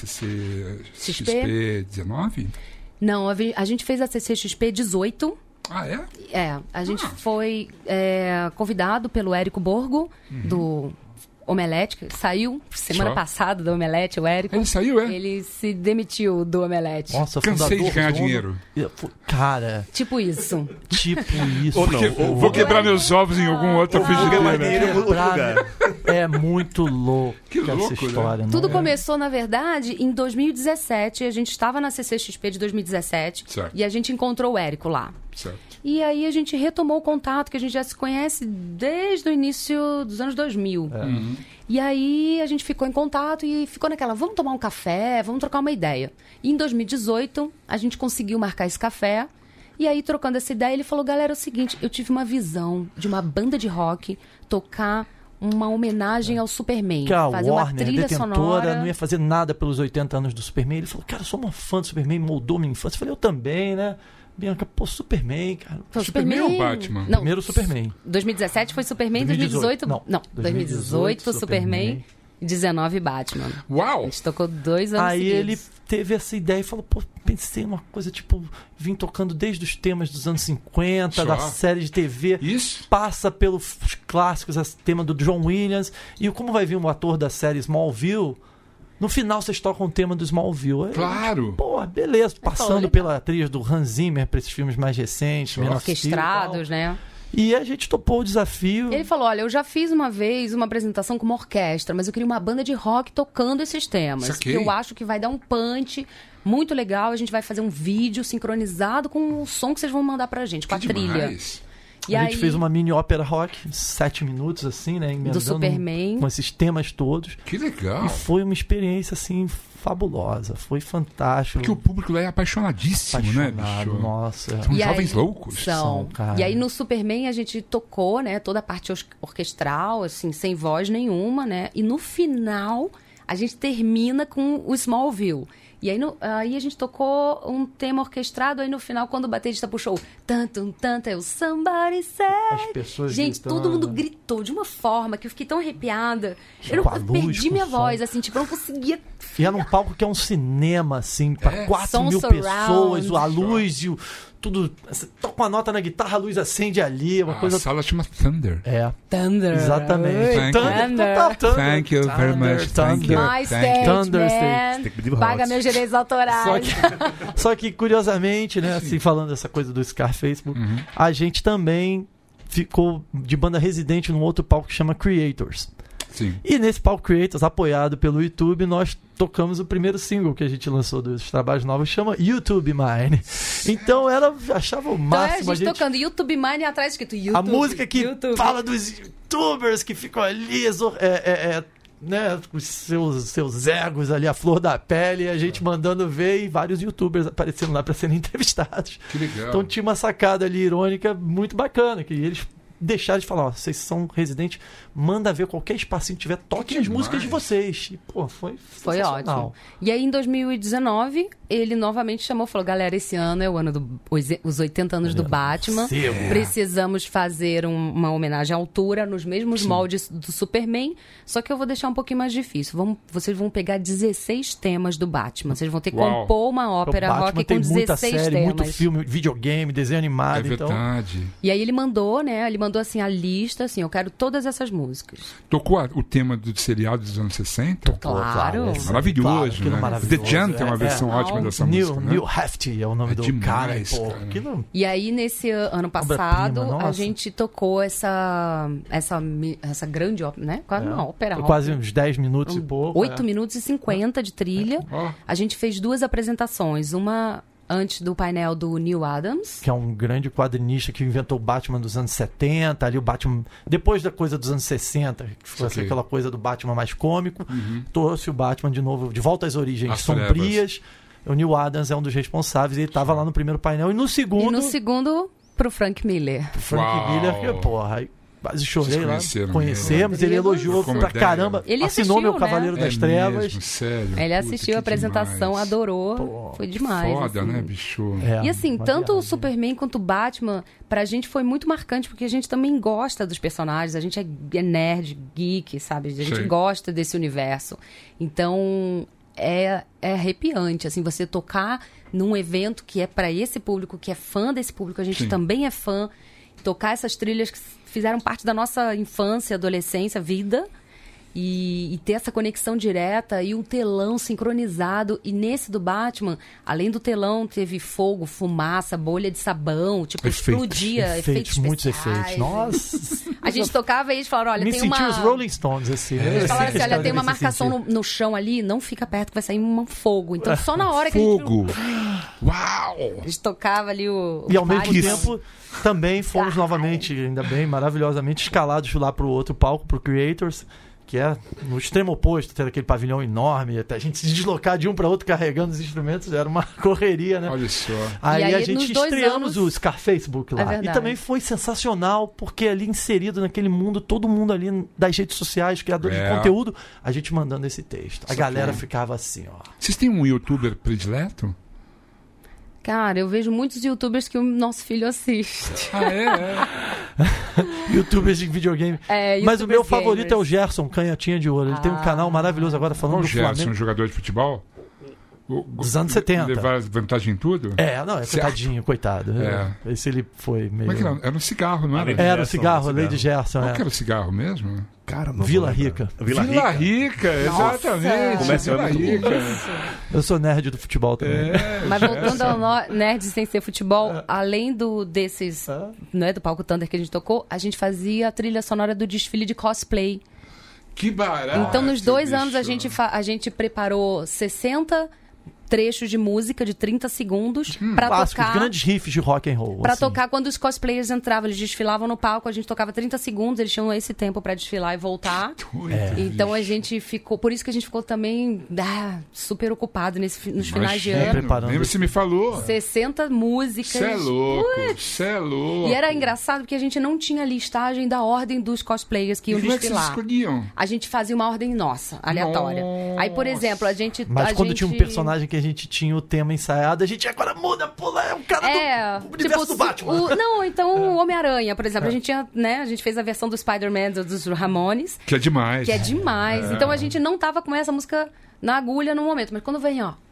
CCXP 19? Não, a gente fez a CCXP 18. Ah, é? É, a gente foi convidado pelo Érico Borgo, do Omelete, que saiu semana passada do Omelete, o Érico. Ele saiu, é? Ele se demitiu do Omelete. Nossa, cansei de ganhar dinheiro. Cara. Tipo isso. Tipo isso. Vou quebrar meus ovos em algum outro frigideira. É muito louco essa história. Né? Tudo começou, na verdade, em 2017. A gente estava na CCXP de 2017. Certo. E a gente encontrou o Érico lá. Certo. E aí a gente retomou o contato, que a gente já se conhece desde o início dos anos 2000. E aí a gente ficou em contato e ficou naquela, vamos tomar um café, vamos trocar uma ideia. E em 2018, a gente conseguiu marcar esse café. E aí, trocando essa ideia, ele falou, galera, é o seguinte, eu tive uma visão de uma banda de rock tocar uma homenagem ao Superman. Que a fazer Warner, uma trilha detentora, sonora. não ia fazer nada pelos 80 anos do Superman. Ele falou, cara, eu sou uma fã do Superman, moldou minha infância. Eu falei, eu também, né? Bianca, pô, Superman, cara. Superman ou Batman? Não, primeiro Superman. 2017 foi Superman, 2018... Não, 2018 Superman, 19 Batman. Uau! A gente tocou 2 anos Aí seguidos. ele teve essa ideia e falou, pô, pensei uma coisa, tipo, vim tocando desde os temas dos anos 50, da série de TV. Isso? Passa pelos clássicos, esse tema do John Williams. E como vai vir um ator da série Smallville... No final, vocês tocam o tema do Smallville. Claro! Pô, beleza. Passando pela trilha do Hans Zimmer para esses filmes mais recentes. Orquestrados, né? E a gente topou o desafio. Ele falou, olha, eu já fiz uma vez uma apresentação com uma orquestra, mas eu queria uma banda de rock tocando esses temas. Saquei. Que eu acho que vai dar um punch muito legal. A gente vai fazer um vídeo sincronizado com o som que vocês vão mandar pra gente, com a trilha. E a gente fez uma mini ópera rock, 7 minutos, assim, né? Do Superman. Com esses temas todos. Que legal. E foi uma experiência, assim, fabulosa. Foi fantástico. Porque o público lá é apaixonadíssimo, né, bicho? Nossa. São jovens loucos. São, cara. E aí no Superman a gente tocou, né? Toda a parte orquestral, assim, sem voz nenhuma, né? E no final a gente termina com o Smallville. E aí a gente tocou um tema orquestrado, aí no final, quando o baterista puxou tanto, é o Somebody Said. As pessoas gente, gritando. todo mundo gritou de uma forma que eu fiquei tão arrepiada. Eu perdi minha voz, assim, tipo, eu não conseguia... E era um palco que é um cinema, assim, para 4 mil surround. pessoas, a luz e tudo. Você toca uma nota na guitarra, a luz acende ali, uma coisa. A sala chama Thunder. É. Thunder. Exatamente. Thank you. Thunder. Thank you very much. Thank you. My Thank you. stage, Thunder man. Tem que pedir Paga royalties. meus direitos autorais. Só que, curiosamente, né, assim, falando dessa coisa do Scarface, a gente também ficou de banda residente num outro palco que chama Creators. Sim. E nesse palco Creators, apoiado pelo YouTube, nós tocamos o primeiro single que a gente lançou dos trabalhos novos, chama YouTube Mine. Então ela achava o Então máximo. a gente tocando YouTube Mine atrás escrito YouTube. A música que YouTube. fala dos youtubers que ficam ali, né, os seus egos ali, a flor da pele, e a gente mandando ver e vários youtubers aparecendo lá para serem entrevistados. Que legal. Então tinha uma sacada ali irônica muito bacana, que eles deixaram de falar, ó, vocês são residentes, manda ver qualquer espacinho que tiver, toquem as demais. músicas de vocês. E, pô, foi Foi sensacional. ótimo. E aí, em 2019, ele novamente chamou e falou, galera, esse ano é o ano os 80 anos do Batman. Precisamos fazer uma homenagem à altura, nos mesmos moldes do Superman, só que eu vou deixar um pouquinho mais difícil. Vocês vão pegar 16 temas do Batman. Vocês vão ter que Uau. compor uma ópera O Batman rock tem com muita 16 série, temas. muito filme, videogame, desenho É animado. Então, verdade. E aí ele mandou, né? Ele mandou assim a lista, assim, eu quero todas essas músicas. Tocou o tema do seriado dos anos 60? Claro. Maravilhoso, aquilo né? maravilhoso. The Jam tem uma versão ótima dessa música, né? Neil Hefti é o nome É do demais, cara. Pô, cara. aquilo... E aí, nesse ano passado, Obra-prima, a nossa. gente tocou essa grande ópera, né? Quase uma ópera. Foi quase uns 10 minutos e pouco. 8 minutos e 50 de trilha. Ó. A gente fez 2 apresentações. Uma antes do painel do Neil Adams. Que é um grande quadrinista que inventou o Batman dos anos 70, ali o Batman, depois da coisa dos anos 60, que foi Saquei. aquela coisa do Batman mais cômico, trouxe o Batman de novo, de volta às origens As sombrias. O Neil Adams é um dos responsáveis, ele estava lá no primeiro painel, e no segundo, Pro Frank Miller. Frank Uau. Miller, que, porra, aí quase chorei Vocês lá. conheceram Conhecemos, ele ele? elogiou Como pra ideia. caramba, Ele assinou assistiu, meu né? Cavaleiro das É Trevas. mesmo, sério. Ele Puta, assistiu que a apresentação, demais. adorou. Pô, Foi demais. Foda, assim. né, bicho? É, E assim, uma tanto o viagem. Superman quanto o Batman, pra gente foi muito marcante, porque a gente também gosta dos personagens, a gente é nerd, geek, sabe? A gente Sim. gosta desse universo. Então, é arrepiante, assim, você tocar num evento que é pra esse público, que é fã desse público, a gente Sim. também é fã, tocar essas trilhas que fizeram parte da nossa infância, adolescência, vida. E ter essa conexão direta e um telão sincronizado. E nesse do Batman, além do telão, teve fogo, fumaça, bolha de sabão, tipo, explodia, efeitos muitos especiais. efeitos. Nossa. A gente tocava e eles falaram, olha, Me tem senti uma... os Rolling Stones, assim. né? Eles falaram assim, olha, tem uma Nesse marcação sentido. no chão ali, não fica perto que vai sair um fogo. Então, só na hora que Fogo! Uau! a gente tocava ali o... E ao mesmo Batman. tempo, também fomos novamente, ainda bem, maravilhosamente escalados lá pro outro palco, pro Creators, que é no extremo oposto, ter aquele pavilhão enorme, até a gente se deslocar de um para outro carregando os instrumentos, era uma correria, né? Olha só. Aí, E aí, a gente nos 2 estreamos anos- o Scarfacebook lá. É verdade. E também foi sensacional, porque ali inserido naquele mundo, todo mundo ali das redes sociais, criadores É. de conteúdo, a gente mandando esse texto. A Saquei. galera ficava assim, ó. Vocês têm um youtuber predileto? Cara, eu vejo muitos youtubers que o nosso filho assiste. Ah, é? Youtubers de videogame. É, Mas o meu youtubers favorito é o gamers. Gerson, Canhotinha de Ouro. Ele tem um canal maravilhoso agora falando Qual do Gerson, Flamengo. jogador de futebol? Dos anos 70. Levar vantagem em tudo? É, não, é Certo. coitadinho, coitado. É. Esse ele foi meio... Como é que era? Era um cigarro, não era? Era Era o Gerson, cigarro, cigarro. Lady Gerson. Qual É. que era o cigarro mesmo? Cara, não Vila vou lembrar. Rica. Vila Vila Rica. Rica, exatamente. Começa Vila muito Rica. Eu sou nerd do futebol também. Mas voltando ao Nerds Sem Ser Futebol, além desses, né, do Palco Thunder que a gente tocou, a gente fazia a trilha sonora do desfile de cosplay. Que barato. Então, nos 2 bicho. anos, a gente preparou 60 trechos de música de 30 segundos pra Clássicos, tocar. grandes riffs de rock and roll. Pra assim. tocar quando os cosplayers entravam, eles desfilavam no palco, a gente tocava 30 segundos, eles tinham esse tempo pra desfilar e voltar. Então a gente ficou, por isso que a gente ficou também super ocupado nos finais de Imagina, ano. Preparando. Lembra, você me falou. 60 músicas. Você é louco, você é louco. E era engraçado porque a gente não tinha listagem da ordem dos cosplayers que E iam como é que vocês desfilar. escolhiam? A gente fazia uma ordem nossa, aleatória. Nossa. Aí, por exemplo, a gente... Mas a quando gente... tinha um personagem que a gente tinha o tema ensaiado, a gente agora muda, pula, é o cara do universo do Batman. Não, então o Homem-Aranha, por exemplo. A gente tinha, né? A gente fez a versão do Spider-Man dos Ramones, Que é demais. que é demais. Então a gente não tava com essa música na agulha no momento. Mas quando vem, ó,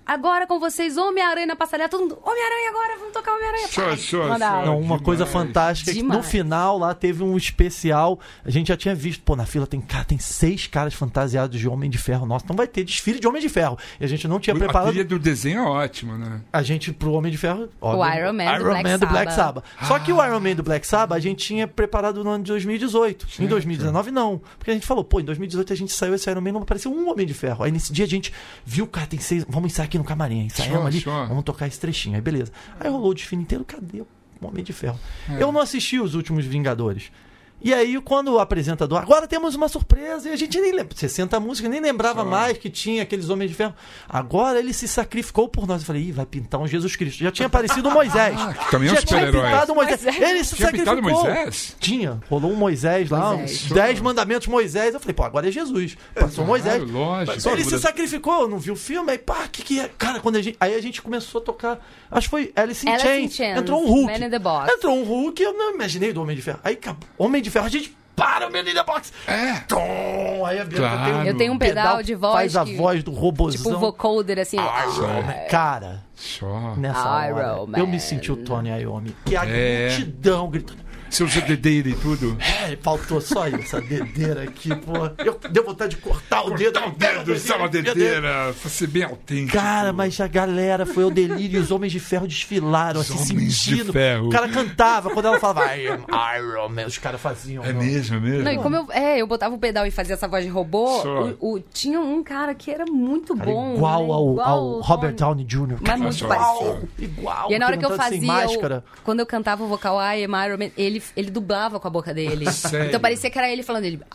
agora com vocês, Homem-Aranha na passarela. Todo mundo, Homem-Aranha agora, vamos tocar Homem-Aranha. Show. Não, uma coisa fantástica é que no final lá teve um especial. A gente já tinha visto, pô, na fila tem 6 caras fantasiados de Homem de Ferro. Nossa, então vai ter desfile de Homem de Ferro. E a gente não tinha preparado. A trilha do desenho é ótima, né? A gente, pro Homem de Ferro, o Iron Man do Black Sabbath. Só que o Iron Man do Black Sabbath a gente tinha preparado no ano de 2018. Em 2019 não. Porque a gente falou, pô, em 2018 a gente saiu esse Iron Man, não apareceu um Homem de Ferro. Aí nesse dia a gente viu, cara, tem 6, vamos ensaiar aqui no camarim. Ensaiamos ali, vamos tocar esse trechinho. Aí beleza. Aí rolou o desfile inteiro, cadê o Homem de Ferro? Eu não assisti os últimos Vingadores. E aí, quando o apresentador... Agora temos uma surpresa. E a gente nem lembra. 60 músicas, nem lembrava mais que tinha aqueles Homens de Ferro. Agora ele se sacrificou por nós. Eu falei, vai pintar um Jesus Cristo. Já tinha aparecido o Moisés. Que também é um super-herói. Ele se sacrificou. Moisés? Tinha. Rolou um Moisés lá. Uns 10 mandamentos Moisés. Eu falei, pô, agora é Jesus. Passou Moisés. Lógico. Ele se sacrificou. Eu não vi o filme. Aí, pá, que é? Cara, quando aí a gente começou a tocar... Acho que foi Alice in Chains. Entrou um Hulk. Entrou um Hulk. Eu não imaginei do Homem de Ferro. Aí, Homem de Ferro, a gente... Para o Man in the Box! Tom! Aí a Bianca eu tenho um pedal de voz. Faz a voz do robôzão. Tipo um vocoder assim. Cara, nessa hora, eu me senti o Tony Iommi. Que a multidão gritando. Seus dedeira e tudo. Faltou só isso, a dedeira aqui, pô. Eu deu vontade de cortar o dedo. Isso é uma dedeira, pra ser bem autêntico. Cara, mas a galera foi ao delírio, os Homens de Ferro desfilaram, assim, sentindo. O cara cantava, quando ela falava I am Iron Man, os caras faziam. É mesmo. Não, e como eu botava o pedal e fazia essa voz de robô, tinha um cara que era muito bom. Igual ao Robert Downey Jr. Mas muito parecido. Igual. E aí, na hora que eu fazia, quando eu cantava o vocal I am Iron Man, ele dublava com a boca dele. Sério? Então parecia que era ele falando, Iron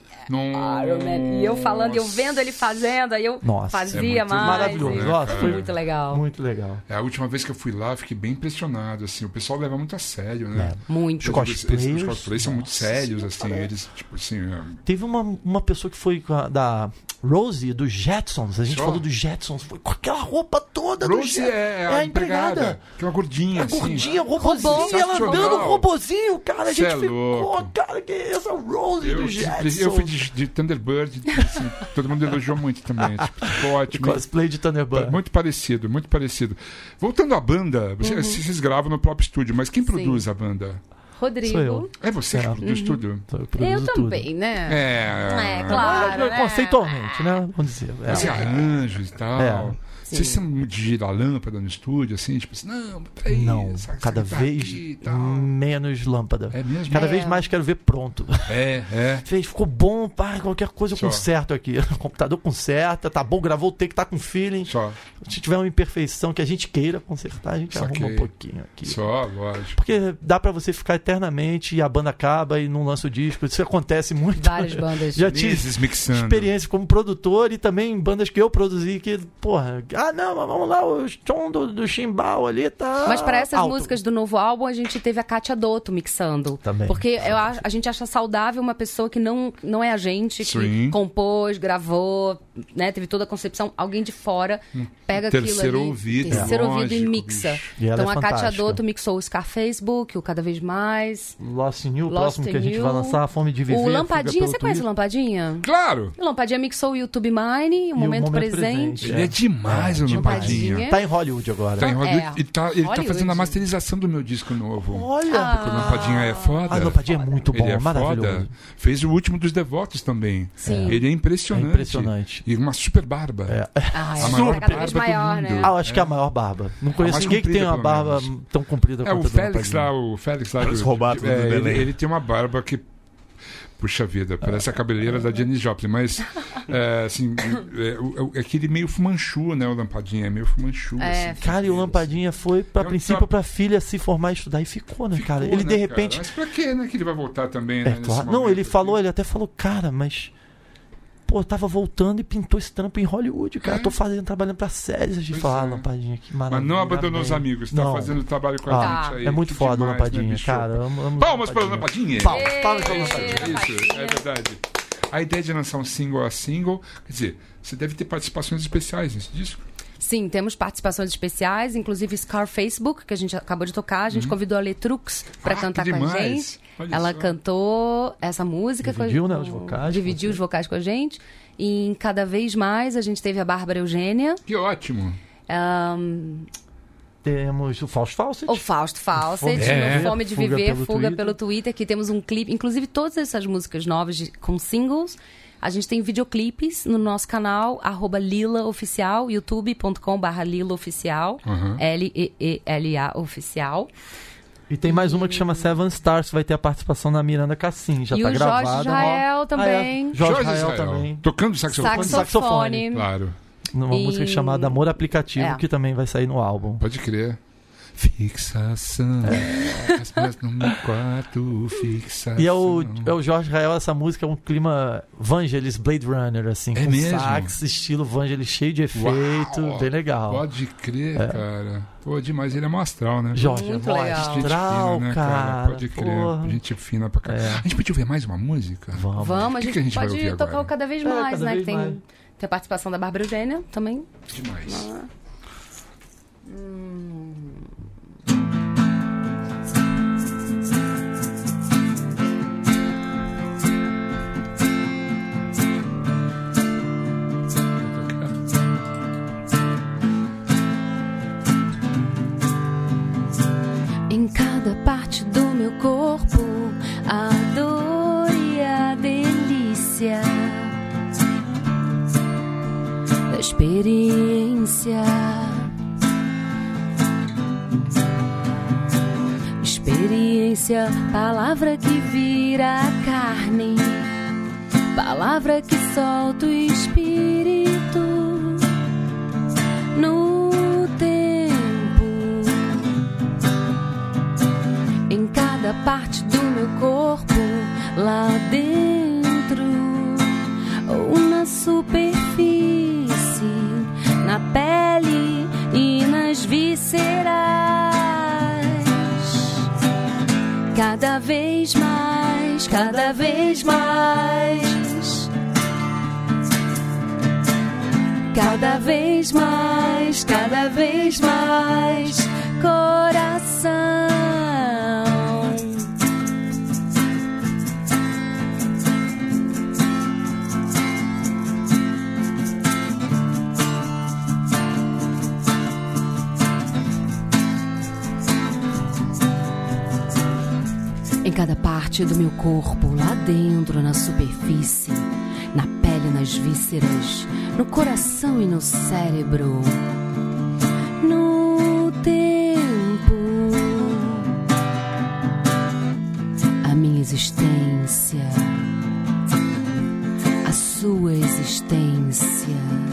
Man. E eu falando, e eu vendo ele fazendo, aí eu fazia mais. Maravilhoso. Nossa, foi muito legal. Muito legal. A última vez que eu fui lá, eu fiquei bem impressionado, assim. O pessoal leva muito a sério, né? Muito. Os cosplays são muito sérios, assim. Eles, tipo assim... Teve uma pessoa que foi da Rosie, dos Jetsons. A gente falou dos Jetsons. Foi com aquela roupa toda do Rosie é a empregada. Que é uma gordinha, assim. Gordinha, robozinho. Ela andando um robozinho, cara. A gente ficou, cara, que é essa Rosie dos Jetsons? Eu fui de Thunderbird, assim, todo mundo elogiou muito também. Tipo, ótimo. Cosplay de Thunderbird. Muito parecido, muito parecido. Voltando à banda, vocês gravam no próprio estúdio, mas quem produz a banda? Rodrigo. É você que produz tudo? Eu também, né? Claro. Conceitualmente, né? Vamos dizer. Fazer arranjos e tal. Vocês são de a lâmpada no estúdio, assim, tipo assim, não, peraí. Não, cada vez menos lâmpada. É mesmo? Cada vez mais quero ver pronto. Ficou bom, pá, qualquer coisa eu conserto aqui. O computador conserta, tá bom, gravou o take, tá com feeling. Se tiver uma imperfeição que a gente queira consertar, a gente arruma um pouquinho aqui. Lógico. Porque dá pra você ficar eternamente e a banda acaba e não lança o disco. Isso acontece muito. Várias bandas. Já tive experiência como produtor e também em bandas que eu produzi que, porra... não, mas vamos lá, o som do chimbal ali tá... Mas para essas músicas do novo álbum, a gente teve a Kátia Dotto mixando. Também. Porque a gente acha saudável uma pessoa que não é a gente, que compôs, gravou, né, teve toda a concepção. Alguém de fora pega aquilo ali. Terceiro ouvido e mixa. Então a Kátia Dotto mixou o Scarface Book, o Cada Vez Mais. Lost in You, o próximo que a gente vai lançar, A Fome de Viver. O Lampadinha, você conhece o Lampadinha? Claro! O Lampadinha mixou o YouTube Mine, o Momento Presente. Ele é demais, o Lampadinha. Tá em Hollywood agora. Tá em Hollywood. Ele tá fazendo a masterização do meu disco novo. Olha! Porque o Lampadinha é foda. O Lampadinha é muito bom, ele é maravilhoso. Foda. Fez o último dos Devotos também. Sim. Ele é impressionante. E uma super barba. A maior cada vez maior, né? Acho que é a maior barba. Não conheço ninguém que tenha uma barba tão comprida quanto a do Lampadinha. O Félix lá. Ele tem uma barba que... Puxa vida, parece a cabeleira da Janis Joplin, mas assim, é aquele meio fumanchu, né? O Lampadinha é meio fumanchu. Assim, cara, e o Lampadinha foi, pra princípio, pra filha se formar e estudar, e ficou, né, cara? Ele, de repente... Mas pra quê, né? Que ele vai voltar também, né? Claro. Não, ele falou, ele até falou, cara, mas... Pô, eu tava voltando e pintou esse trampo em Hollywood, cara. Tô trabalhando pra séries. A gente fala, Lampadinha, que maravilha. Mas não abandonou os amigos, tá fazendo trabalho com a gente aí. É muito foda o Lampadinha, né, cara. Amo palmas para o Lampadinha! Palmas para o Lampadinha. Isso, é verdade. A ideia de lançar um single a single, quer dizer, você deve ter participações especiais nesse disco? Sim, temos participações especiais, inclusive Scar Facebook, que a gente acabou de tocar. A gente convidou a Letrux para cantar com a gente. Olha ela só. cantou essa música. Dividiu, né, os vocais. Dividiu os vocais com a gente. E Cada Vez Mais a gente teve a Bárbara Eugênia. Que ótimo! Temos o Fausto Fawcett. O Fausto Fawcett, no Fome de Viver, Fuga pelo Twitter, que temos um clipe. Inclusive, todas essas músicas novas com singles. A gente tem videoclipes no nosso canal, @LilaOficial, youtube.com/LilaOficial, L-E-E-L-A Oficial. E tem mais uma que chama Seven Stars, vai ter a participação da Miranda Cassim, já tá gravada. E o Jorge Israel também. Jorge Israel também. Tocando saxofone. Claro. Numa música chamada Amor Aplicativo, que também vai sair no álbum. Pode crer. Fixação. As minhas no meu quarto, fixação. E é o Jorge Israel, essa música é um clima Vangelis, Blade Runner, assim. É com mesmo? sax, estilo Vangelis, cheio de efeito, bem legal. Pode crer, cara. Pô, demais. Ele é um astral, né? Jorge muito é legal. astral, fina, né, cara. Pode crer. Porra. Gente fina pra caralho. A gente podia ouvir mais uma música? Vamos. Vamos, a O que gente, a gente vai pode ouvir tocar agora? o Cada Vez Mais, Cada né? Vez Que Mais. tem a participação da Bárbara Eugênia também. Demais. Em cada parte do meu corpo, a dor e a delícia da experiência. Experiência, palavra que vira carne, palavra que solta o espírito no tempo. Em cada parte do meu corpo, lá dentro ou na superfície, na pele e nas vísceras. Cada vez mais, cada vez mais. Cada vez mais, cada vez mais. Coração. Em cada parte do meu corpo, lá dentro, na superfície, na pele, nas vísceras, no coração e no cérebro, no tempo, a minha existência, a sua existência,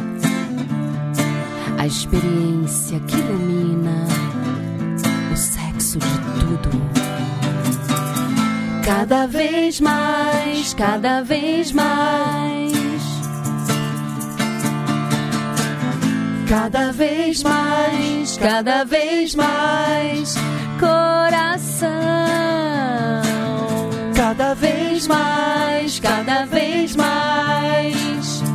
a experiência que ilumina o sexo de tudo. Cada vez mais, cada vez mais. Cada vez mais, cada vez mais. Coração. Cada vez mais, cada vez mais.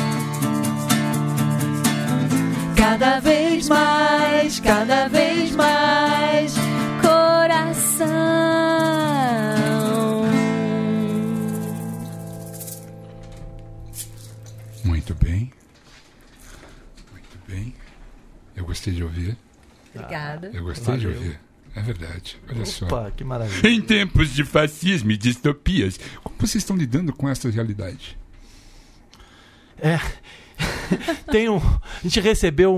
Cada vez mais, cada vez mais. Coração. Muito bem. Muito bem. Eu gostei de ouvir. Obrigada. Eu gostei de ouvir. É verdade. Olha só. Opa, que maravilha. Em tempos de fascismo e distopias, como vocês estão lidando com essa realidade? Tem a gente recebeu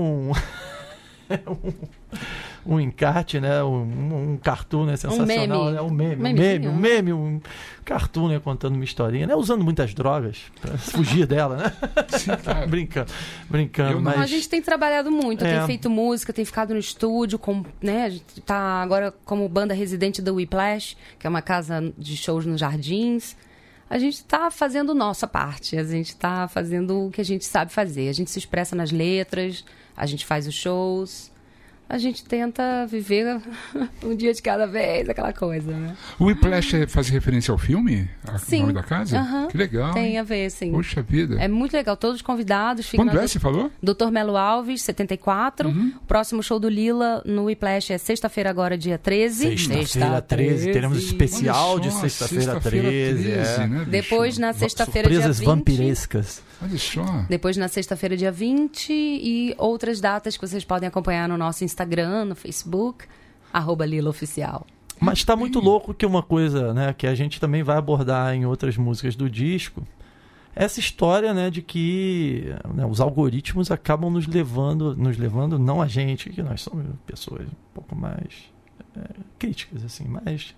um encarte, né? Um cartoon, né? Sensacional, né? Um meme, um cartoon, né? Contando uma historinha, né? Usando muitas drogas pra fugir dela, né? Sim, claro. brincando, Eu não- mas A gente tem trabalhado muito, tem feito música, tem ficado no estúdio, né? A gente tá agora como banda residente da Whiplash, que é uma casa de shows nos Jardins. A gente tá fazendo nossa parte, a gente tá fazendo o que a gente sabe fazer. A gente se expressa nas letras, a gente faz os shows. a gente tenta viver um dia de cada vez, aquela coisa, né? O Whiplash faz referência ao filme? O nome da casa? Aham. Que legal. Tem hein? a ver, sim. Poxa vida. É muito legal, todos os convidados ficam... Quando você falou? Dr. Melo Alves, 74. O próximo show do Lila no Whiplash é sexta-feira agora, dia 13. Sexta-feira 13. Teremos especial de Olha só, sexta-feira 13. né, bicho? Depois, na sexta-feira, dia 20... Surpresas vampirescas. Olha só. Depois, na sexta-feira, dia 20. E outras datas que vocês podem acompanhar no nosso Instagram, no Facebook, @LilaOficial. Mas está muito louco que uma coisa, né, que a gente também vai abordar em outras músicas do disco, essa história, né, de que, né, os algoritmos acabam nos levando, não a gente, que nós somos pessoas um pouco mais críticas, assim, mas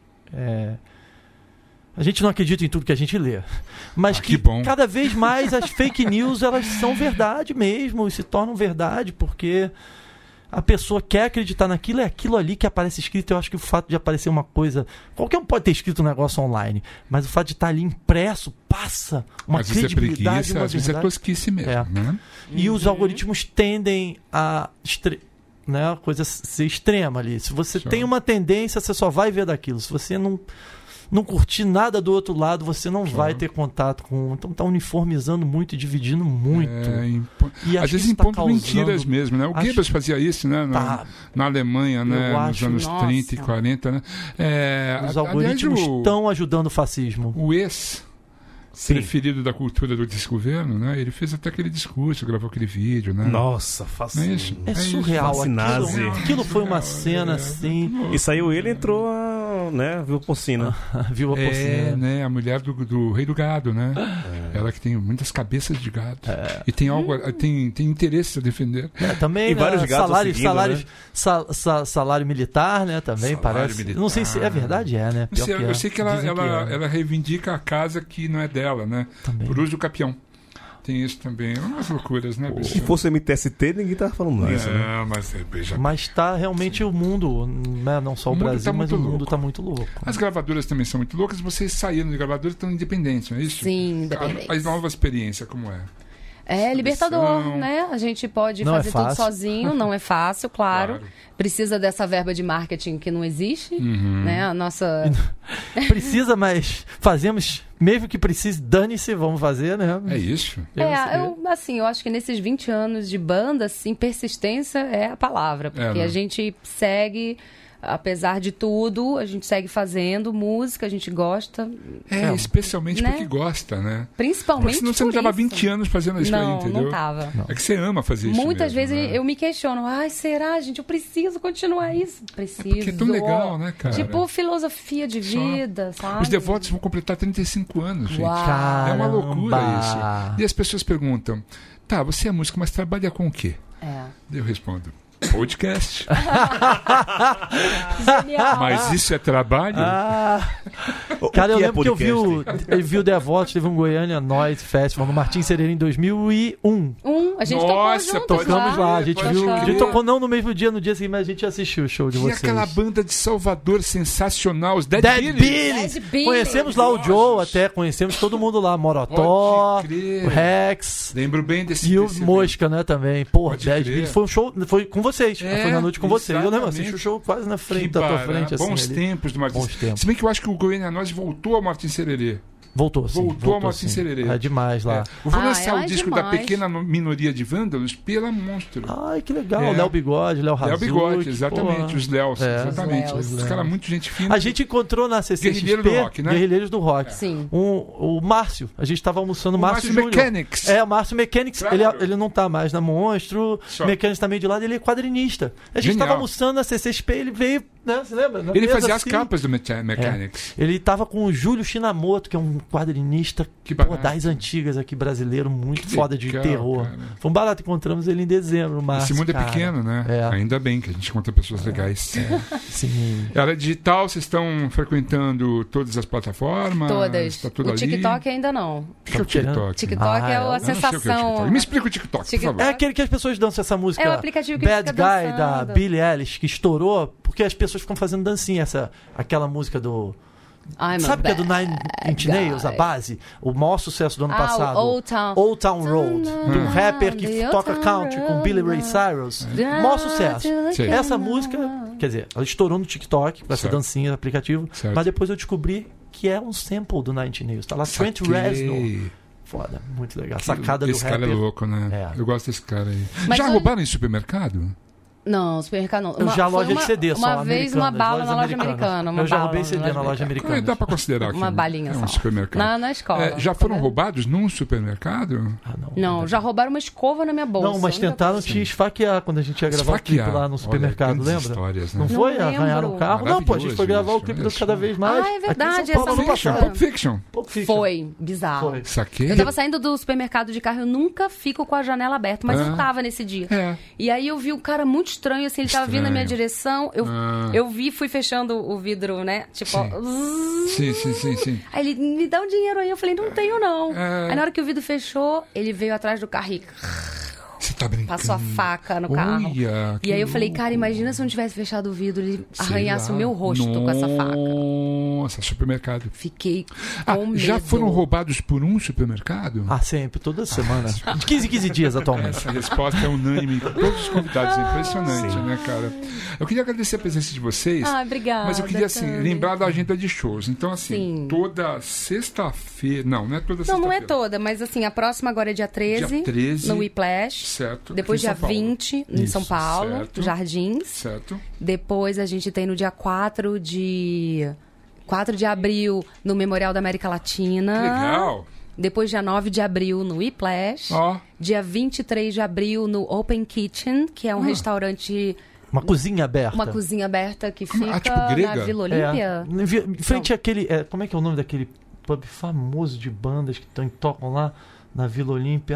a gente não acredita em tudo que a gente lê. Mas que cada vez mais as fake news, elas são verdade mesmo, e se tornam verdade, porque a pessoa quer acreditar naquilo, é aquilo ali que aparece escrito. Eu acho que o fato de aparecer uma coisa... Qualquer um pode ter escrito um negócio online, mas o fato de estar ali impresso passa uma credibilidade, uma às vezes é tosquice mesmo, né? E os algoritmos tendem a... né, a coisa ser extrema ali. Se você tem uma tendência, você só vai ver daquilo. Se você não curtir nada do outro lado, você não vai ter contato com... Então tá uniformizando muito e dividindo muito. E às vezes impondo mentiras mesmo, né? O Goebbels fazia isso, né? Na Alemanha, né? Nos anos 30 e 40, né? Os algoritmos estão ajudando o fascismo. O preferido da cultura do desgoverno, né? Ele fez até aquele discurso, gravou aquele vídeo, né? Nossa, fascínio. É surreal. Aquilo foi uma cena assim. E saiu ele, entrou a, né, Vilma Porcina. Vilma Porcina. Né? A mulher do rei do gado, né? Ela que tem muitas cabeças de gado. E tem algo, tem interesse a defender. Também, e vários gados salário militar, né? Também parece. Militar. Não sei se é verdade, né? Eu sei que ela reivindica a casa que não é dela, né? Também. Por uso do capião. Tem isso também. Umas loucuras, né, bicho? Se fosse MTST, ninguém tava falando isso, né? Mas tá realmente o mundo, né? Não só o Brasil, mas o mundo tá muito louco. As gravadoras também são muito loucas. Vocês saíram de gravadoras estão independentes, não é isso? Sim, independentes. A nova experiência, como é? É libertador, né? A gente pode fazer tudo sozinho, não é fácil, claro. Precisa dessa verba de marketing que não existe, né? A nossa... Precisa, mas fazemos, mesmo que precise, dane-se, vamos fazer, né? É isso. Eu acho que nesses 20 anos de banda, assim, persistência é a palavra, porque a gente segue... Apesar de tudo, a gente segue fazendo música, a gente gosta. Especialmente porque gosta, né? Principalmente porque senão você não estava 20 anos fazendo isso aí, entendeu? Não tava. É que você ama fazer isso Muitas mesmo, vezes né? eu me questiono, será, gente? Eu preciso continuar isso. Preciso. Porque é tão legal, né, cara? Tipo filosofia de vida, sabe? Os Devotos vão completar 35 anos, gente. Uau. É uma loucura isso. E as pessoas perguntam, você é músico, mas trabalha com o quê? Eu respondo, podcast. Genial. Mas isso é trabalho? Cara, eu lembro que eu vi o Devotos, teve um Goiânia Noise Festival no Martins Serena em 2001. A gente tocou juntos tocamos lá. A gente viu. A gente tocou não no mesmo dia, no dia seguinte, mas a gente assistiu o show de vocês. E aquela banda de Salvador sensacional, os Dead Billies. Conhecemos lá o Joe, até conhecemos todo mundo lá, Morotó, o Rex. Lembro bem desse. E o Mosca, né, também. Porra, Dead Billies foi um show, foi com vocês. Foi na noite com vocês. Eu lembro, assisti o show quase na frente, da tua frente. Assim, bons tempos do Martins. Se bem que eu acho que o Goiânia Noise voltou ao Martins Sererê. Voltou ao Martins Sererê. É demais lá. Eu vou lançar o disco da Pequena Minoria de Vândalos pela Monstro. Ai, que legal. Léo Bigode, Léo Razucchi. Léo Bigode, exatamente. Os Léos, exatamente. Os caras muito gente fina. A gente encontrou na CCXP... Guerrilheiros do Rock, né? Guerrilheiros do Rock. Sim. O Márcio. A gente estava almoçando. O Márcio Mechanics. O Márcio Mechanics. Claro. Ele não tá mais na Monstro. Mechanics também de lado. Ele é quadrinista. A gente estava almoçando na CCXP. Ele veio... Né? Você lembra? Ele fazia as capas do Mechanics. Ele estava com o Júlio Shinamoto, que é um quadrinista das antigas aqui, brasileiro, muito foda de terror. Cara. Foi um barato, encontramos ele em dezembro, Márcio. Esse mundo é pequeno, né? Ainda bem que a gente encontra pessoas legais. Sim. Era digital, vocês estão frequentando todas as plataformas? Todas. Tá tudo o TikTok ainda não. O que é o TikTok? TikTok é a sensação. Me explica o TikTok, por favor. É aquele que as pessoas dançam essa música. É o aplicativo que Bad fica Guy, dançando. da Billie Eilish, que estourou porque as pessoas ficam fazendo dancinha. Aquela música do Sabe o que é do Nine Inch Nails, a base? O maior sucesso do ano passado. Old Town Road. Do rapper que toca country com Billy Ray Cyrus. Maior sucesso. Sim. Essa música, quer dizer, ela estourou no TikTok com essa dancinha do aplicativo. Certo. Mas depois eu descobri que é um sample do Nine Inch Nails. Tá lá Trent Reznor. Foda, muito legal. Sacada do rapper. Esse cara é louco, né? Eu gosto desse cara aí. Mas já roubaram em supermercado? Não, supermercado não. Eu já loja de CD só. Uma vez uma bala na loja americana. Eu já roubei CD na loja americana. Dá pra considerar que uma balinha um só. supermercado. Na escola. Já foram roubados num supermercado? Não, já roubaram uma escova na minha bolsa. Não, mas tentaram te esfaquear quando a gente ia gravar o clipe lá no supermercado, lembra? Histórias, né? Não foi? Arranharam o carro? Não, pô, a gente foi gravar o clipe do Cada Vez Mais. É verdade. Pulp Fiction. Foi, bizarro. Saquei. Eu tava saindo do supermercado de carro, eu nunca fico com a janela aberta, mas eu tava nesse dia. E aí eu vi um cara muito estranho, assim, ele tava vindo na minha direção, eu vi, fui fechando o vidro, né? Tipo, sim. Aí ele, me dá um dinheiro aí, eu falei, não tenho não. Aí na hora que o vidro fechou, ele veio atrás do carro e... Você tá brincando? Passou a faca no carro. E aí eu falei, cara, imagina se eu não tivesse fechado o vidro, ele arranhasse o meu rosto com essa faca. Nossa, supermercado. Fiquei com medo. Já foram roubados por um supermercado? Sempre, toda semana. De 15 em 15 dias atualmente. Essa resposta é unânime com todos os convidados. É impressionante, né, cara? Eu queria agradecer a presença de vocês. Obrigada. Mas eu queria, assim, lembrar da agenda de shows. Então, assim, toda sexta-feira... Não é toda sexta-feira. Não é toda, mas assim, a próxima agora é dia 13. Dia 13. No Whiplash. Certo. Depois dia 20 em São Paulo, certo. Jardins. Certo. Depois a gente tem no dia 4 de abril no Memorial da América Latina. Que legal. Depois dia 9 de abril no Whiplash. Dia 23 de abril no Open Kitchen, que é um restaurante... Uma cozinha aberta. Uma cozinha aberta que fica tipo grega? na Vila Olímpia. Em frente àquele... como é que é o nome daquele pub famoso de bandas que tocam lá? Na Vila Olímpia.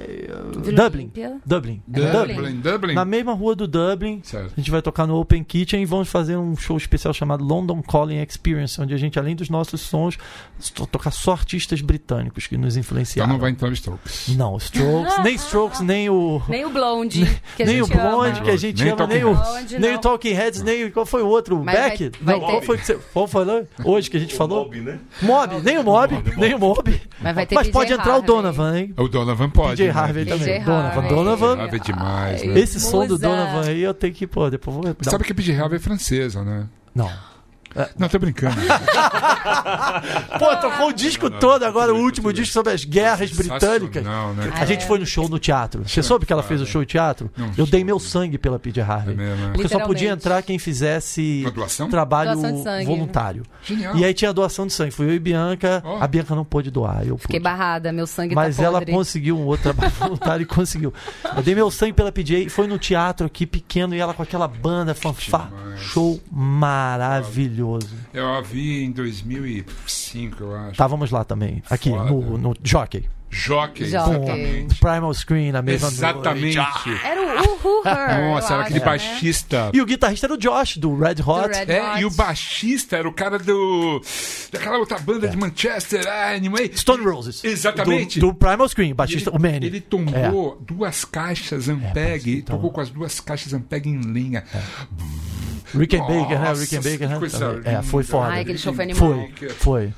Dublin. Na mesma rua do Dublin. Certo. A gente vai tocar no Open Kitchen e vamos fazer um show especial chamado London Calling Experience, onde a gente, além dos nossos sons, tocar só artistas britânicos que nos influenciaram. Então não vai entrar Strokes. Não, Strokes, nem o Blonde, que a nem gente o Blonde, que a gente ama, nem o Talking Heads, nem qual foi o outro? Beck? Qual foi lá? Hoje que a gente falou? Mob, né? Nem o Mob. Mas pode entrar o Donovan. Hein? O Donovan pode. PJ Harvey também. Donovan é demais, né? Esse som do Donovan aí eu tenho que, depois vou... Sabe que PJ Harvey é francesa, né? Não. Não, tô brincando. Tocou o disco todo agora, o último disco sobre as guerras britânicas. Não, né? A gente foi no show no teatro. Você soube que ela fez o show de teatro? Eu dei meu sangue pela PJ Harvey. Porque só podia entrar quem fizesse trabalho voluntário. Genial. E aí tinha doação de sangue. Fui eu e Bianca. A Bianca não pôde doar. Fiquei barrada, meu sangue mas tá podre. Ela conseguiu um outro trabalho voluntário e conseguiu. Eu dei meu sangue pela PJ. Foi no teatro aqui, pequeno, e ela com aquela banda, fanfá. Show maravilhoso. Eu a vi em 2005, eu acho. Estávamos lá também. Aqui, no Jockey. Exatamente. Primal Screen na mesma Exatamente. noite. Era o Her. Nossa, era aquele baixista. E o guitarrista era o Josh, do Red Hot. E o baixista era o cara daquela outra banda de Manchester, anyway. Stone Roses. Exatamente. Do Primal Screen, baixista, o Manny. Ele tombou 2 caixas Ampeg, tocou com as 2 caixas Ampeg em linha. Rick and Baker, né? Rick and Baker, né? Foi foda. Ai, aquele show foi animal. Foi.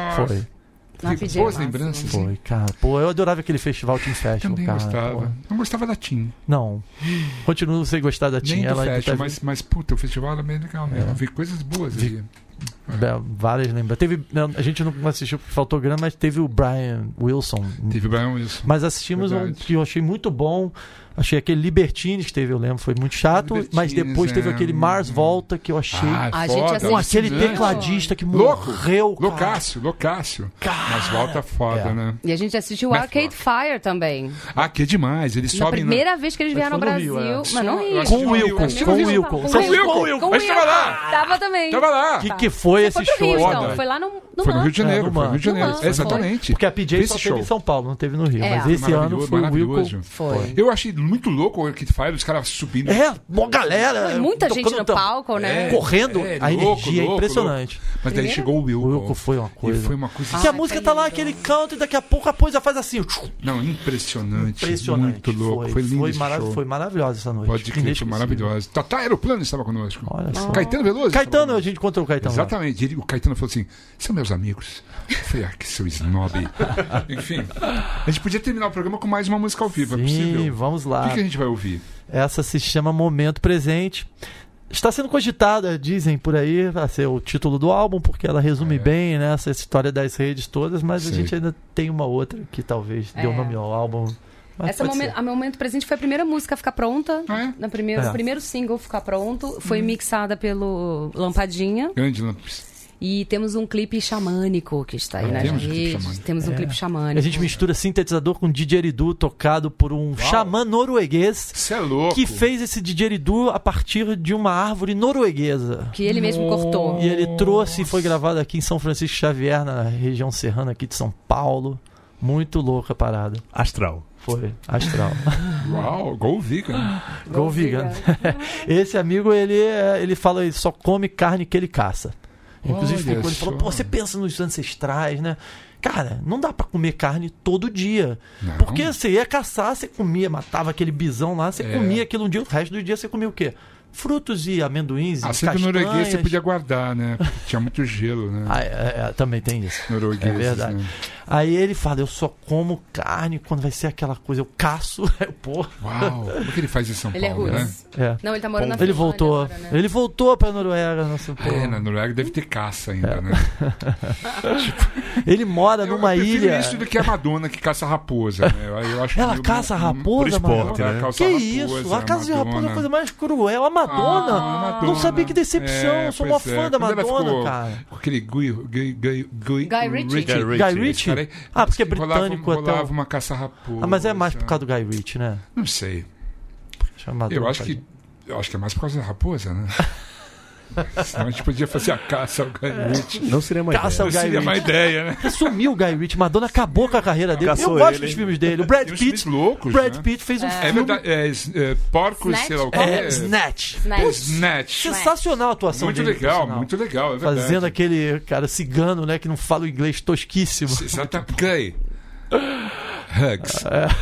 Boas lembranças. Foi, cara. Eu adorava aquele festival Team Festival, também cara. Gostava. Não gostava da Team. Não. Continuo sem gostar da Team. Nem do Festival, mas puta, o festival era bem legal mesmo. Vi coisas boas ali. Várias lembranças. A gente não assistiu porque faltou grana, mas teve o Brian Wilson. Mas assistimos um que eu achei muito bom. Achei aquele Libertines que teve, eu lembro, foi muito chato. Mas depois teve aquele Mars Volta que eu achei. Com aquele tecladista que morreu. Loucácio. Mars Volta foda, né? E a gente assistiu o Arcade Fire também. Que demais. Eles sobem. Primeira vez que eles vieram no Brasil. Mas não Rio. Com o Wilco. A gente tava lá. Tava também. Tava lá. O que foi esse show? Foi lá no Foi no Rio de Janeiro. Foi no Rio de Janeiro. Exatamente. Porque a PJ só teve em São Paulo, não teve no Rio. Mas esse ano foi o Wilco. Eu achei muito louco o Arcade Fire, os caras subindo. Uma galera. Foi muita gente no tocando palco, né? Correndo. A louco, energia é louco, impressionante. louco. Mas daí Primeiro? chegou o Wilco. O Wilco foi uma coisa. E foi uma coisa... Que a música tá lá, aquele canto, e daqui a pouco a coisa faz assim. Não, impressionante. Impressionante. Muito louco. Foi lindo esse show. Foi maravilhosa essa noite. Pode crer, foi Inesquecível. maravilhosa. Tatá Aeroplano estava conosco. Olha só. Caetano Veloso. Caetano, a gente encontrou o Caetano. lá. Exatamente. O Caetano falou assim: são meus amigos. Eu falei, que seu snob. Enfim, a gente podia terminar o programa com mais uma música ao vivo. É Sim, possível? vamos O lá. que a gente vai ouvir? Essa se chama Momento Presente. Está sendo cogitada, dizem por aí, a ser o título do álbum, porque ela resume bem, né, essa história das redes todas, mas Sei. a gente ainda tem uma outra que talvez dê o nome ao álbum. Mas Essa pode ser. a Momento Presente foi a primeira música a ficar pronta. O primeiro single a ficar pronto. Foi mixada pelo Lampadinha. Grande Lamps. E temos um clipe xamânico que está aí nas temos um clipe redes. xamânico. Temos um clipe xamânico. A gente mistura sintetizador com didgeridoo tocado por um xamã norueguês Você é louco. que fez esse didgeridoo a partir de uma árvore norueguesa. Que ele mesmo cortou. E ele trouxe e foi gravado aqui em São Francisco Xavier, na região serrana aqui de São Paulo. Muito louca a parada. Astral. Foi, astral. Uau, Go Vegan. Go vegan. Esse amigo, ele fala, ele só come carne que ele caça. Inclusive, Olha ele falou, só. pô, você pensa nos ancestrais, né? Cara, não dá pra comer carne todo dia. Não. Porque você ia caçar, você comia, matava aquele bisão lá, você comia aquilo um dia, o resto do dia você comia o quê? Frutos e amendoins e Sempre no norueguês você castanhas. podia guardar, né? Porque tinha muito gelo, né? Também tem isso. Noruegueses, É verdade. né? Aí ele fala, eu só como carne quando vai ser aquela coisa, eu caço. Pô. Uau, como que ele faz em São Ele é Paulo, roots. né? É. Não, ele tá morando na Ele Finlândia voltou. agora, né? Ele voltou pra Noruega. Nossa, pô. Na Noruega deve ter caça ainda, né? Ele mora numa eu prefiro ilha. isso do que a Madonna que caça raposa, né? Eu acho Ela meio- caça raposa, por esporte, mano? né? Caça Que raposa, isso? A casa de raposa é a Madonna. coisa mais cruel. A Madonna. Madonna. Não sabia que decepção. Eu sou uma pois fã da Quando ela Madonna, ficou cara. Com aquele Guy Ritchie. Guy Ritchie? Cara aí, Ah, porque é rolava- britânico até. rolava uma caça-raposa. Ah, mas é mais por causa do Guy Ritchie, né? Não sei. Chama Eu Madonna, acho que é mais por causa da raposa, né? Senão a gente podia fazer a caça ao Guy Ritchie. Não seria mais Caça ideia. o Guy Seria uma Ritchie. ideia, né? Porque sumiu o Guy Ritchie. Madonna acabou com a carreira dele. Caçou Eu gosto ele. dos filmes dele. O Brad Tem uns Pitt. filmes loucos, Brad né? Pitt fez um É filme. verdade. Porcos, Snatch? sei lá o quê. Snatch. Snatch. Sensacional a atuação Muito dele. legal, sensacional. muito legal, é verdade. Fazendo aquele cara cigano, né? Que não fala o inglês tosquíssimo. Exatamente. Gay. Hugs.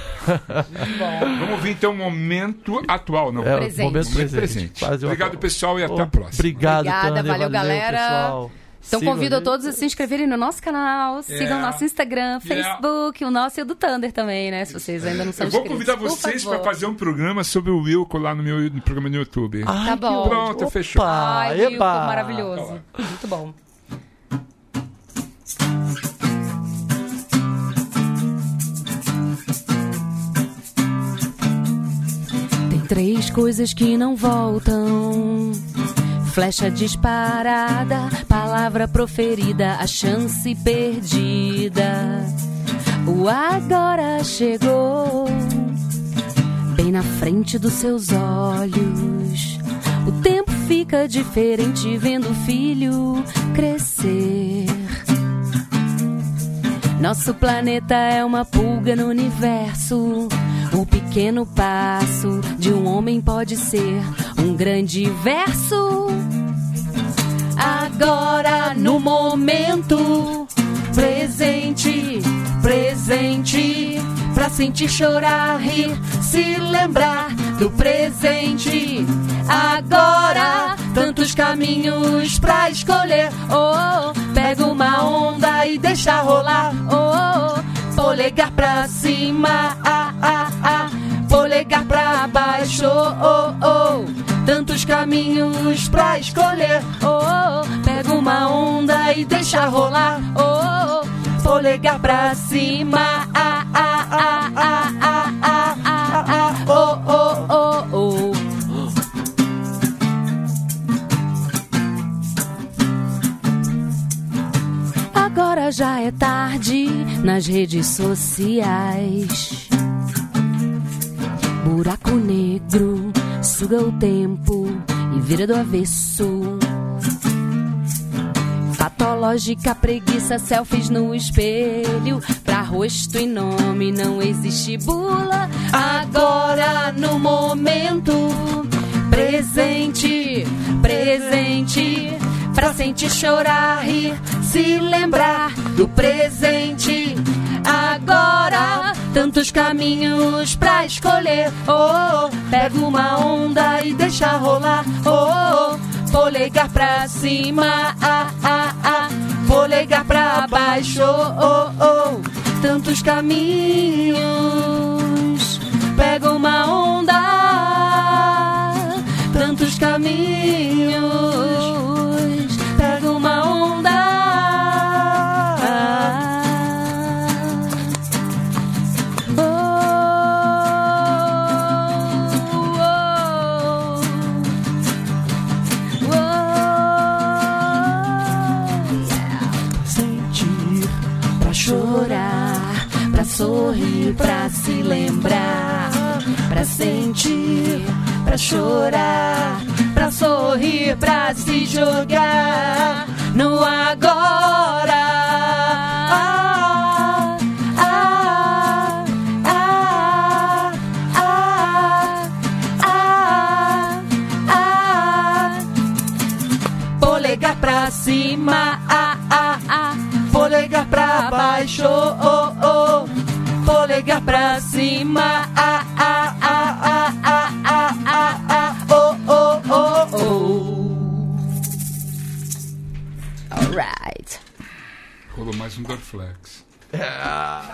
Vamos ouvir então o momento atual. Não, É, Presente. momento momento presente. presente. Quase um Obrigado, atual. pessoal, e até a próxima. Obrigado, Obrigada, Thunder, valeu, galera. pessoal. Então Sigam convido a a todos a se inscreverem no nosso canal, sigam o nosso Instagram, Facebook, o nosso e o do Thunder também, né? Se vocês ainda não são Eu vou inscritos. convidar por vocês favor. para fazer um programa sobre o Wilco lá no meu programa no YouTube. Ai, Tá que bom. Pronto, Opa, fechou. Ai, Wilco, eba. maravilhoso. Muito bom. Tem 3 coisas que não voltam: flecha disparada, palavra proferida, a chance perdida. O agora chegou, bem na frente dos seus olhos. O tempo fica diferente vendo o filho crescer. Nosso planeta é uma pulga no universo. O pequeno passo de um homem pode ser um grande verso. Agora, no momento presente, presente, pra sentir, chorar, rir, se lembrar do presente. Agora, tantos caminhos pra escolher. Oh, pega uma onda e deixa rolar. Oh, polegar pra cima, polegar pra baixo. Oh, oh, tantos caminhos pra escolher. Oh, pega uma onda e deixa rolar. Oh, polegar pra cima. Oh, oh, oh, oh. Agora já é tarde nas redes sociais. Buraco negro suga o tempo e vira do avesso. Patológica preguiça, selfies no espelho pra Pra rosto e nome não existe bula. Agora no momento presente, presente, pra sentir, chorar, rir, se lembrar do presente. Agora, tantos caminhos pra escolher. Oh, pega uma onda e deixa rolar. Oh, polegar pra cima, polegar pra baixo. Oh, oh, tantos caminhos. Pega uma onda, tantos caminhos. Pega uma onda. Chorar, pra sorrir, pra se lembrar, pra sentir, pra chorar, pra sorrir, pra se jogar no agora. Polegar pra cima, polegar pra baixo, oh, oh, polegar pra cima, oh, oh, oh, oh. Alright. Rolou mais um Dorflex.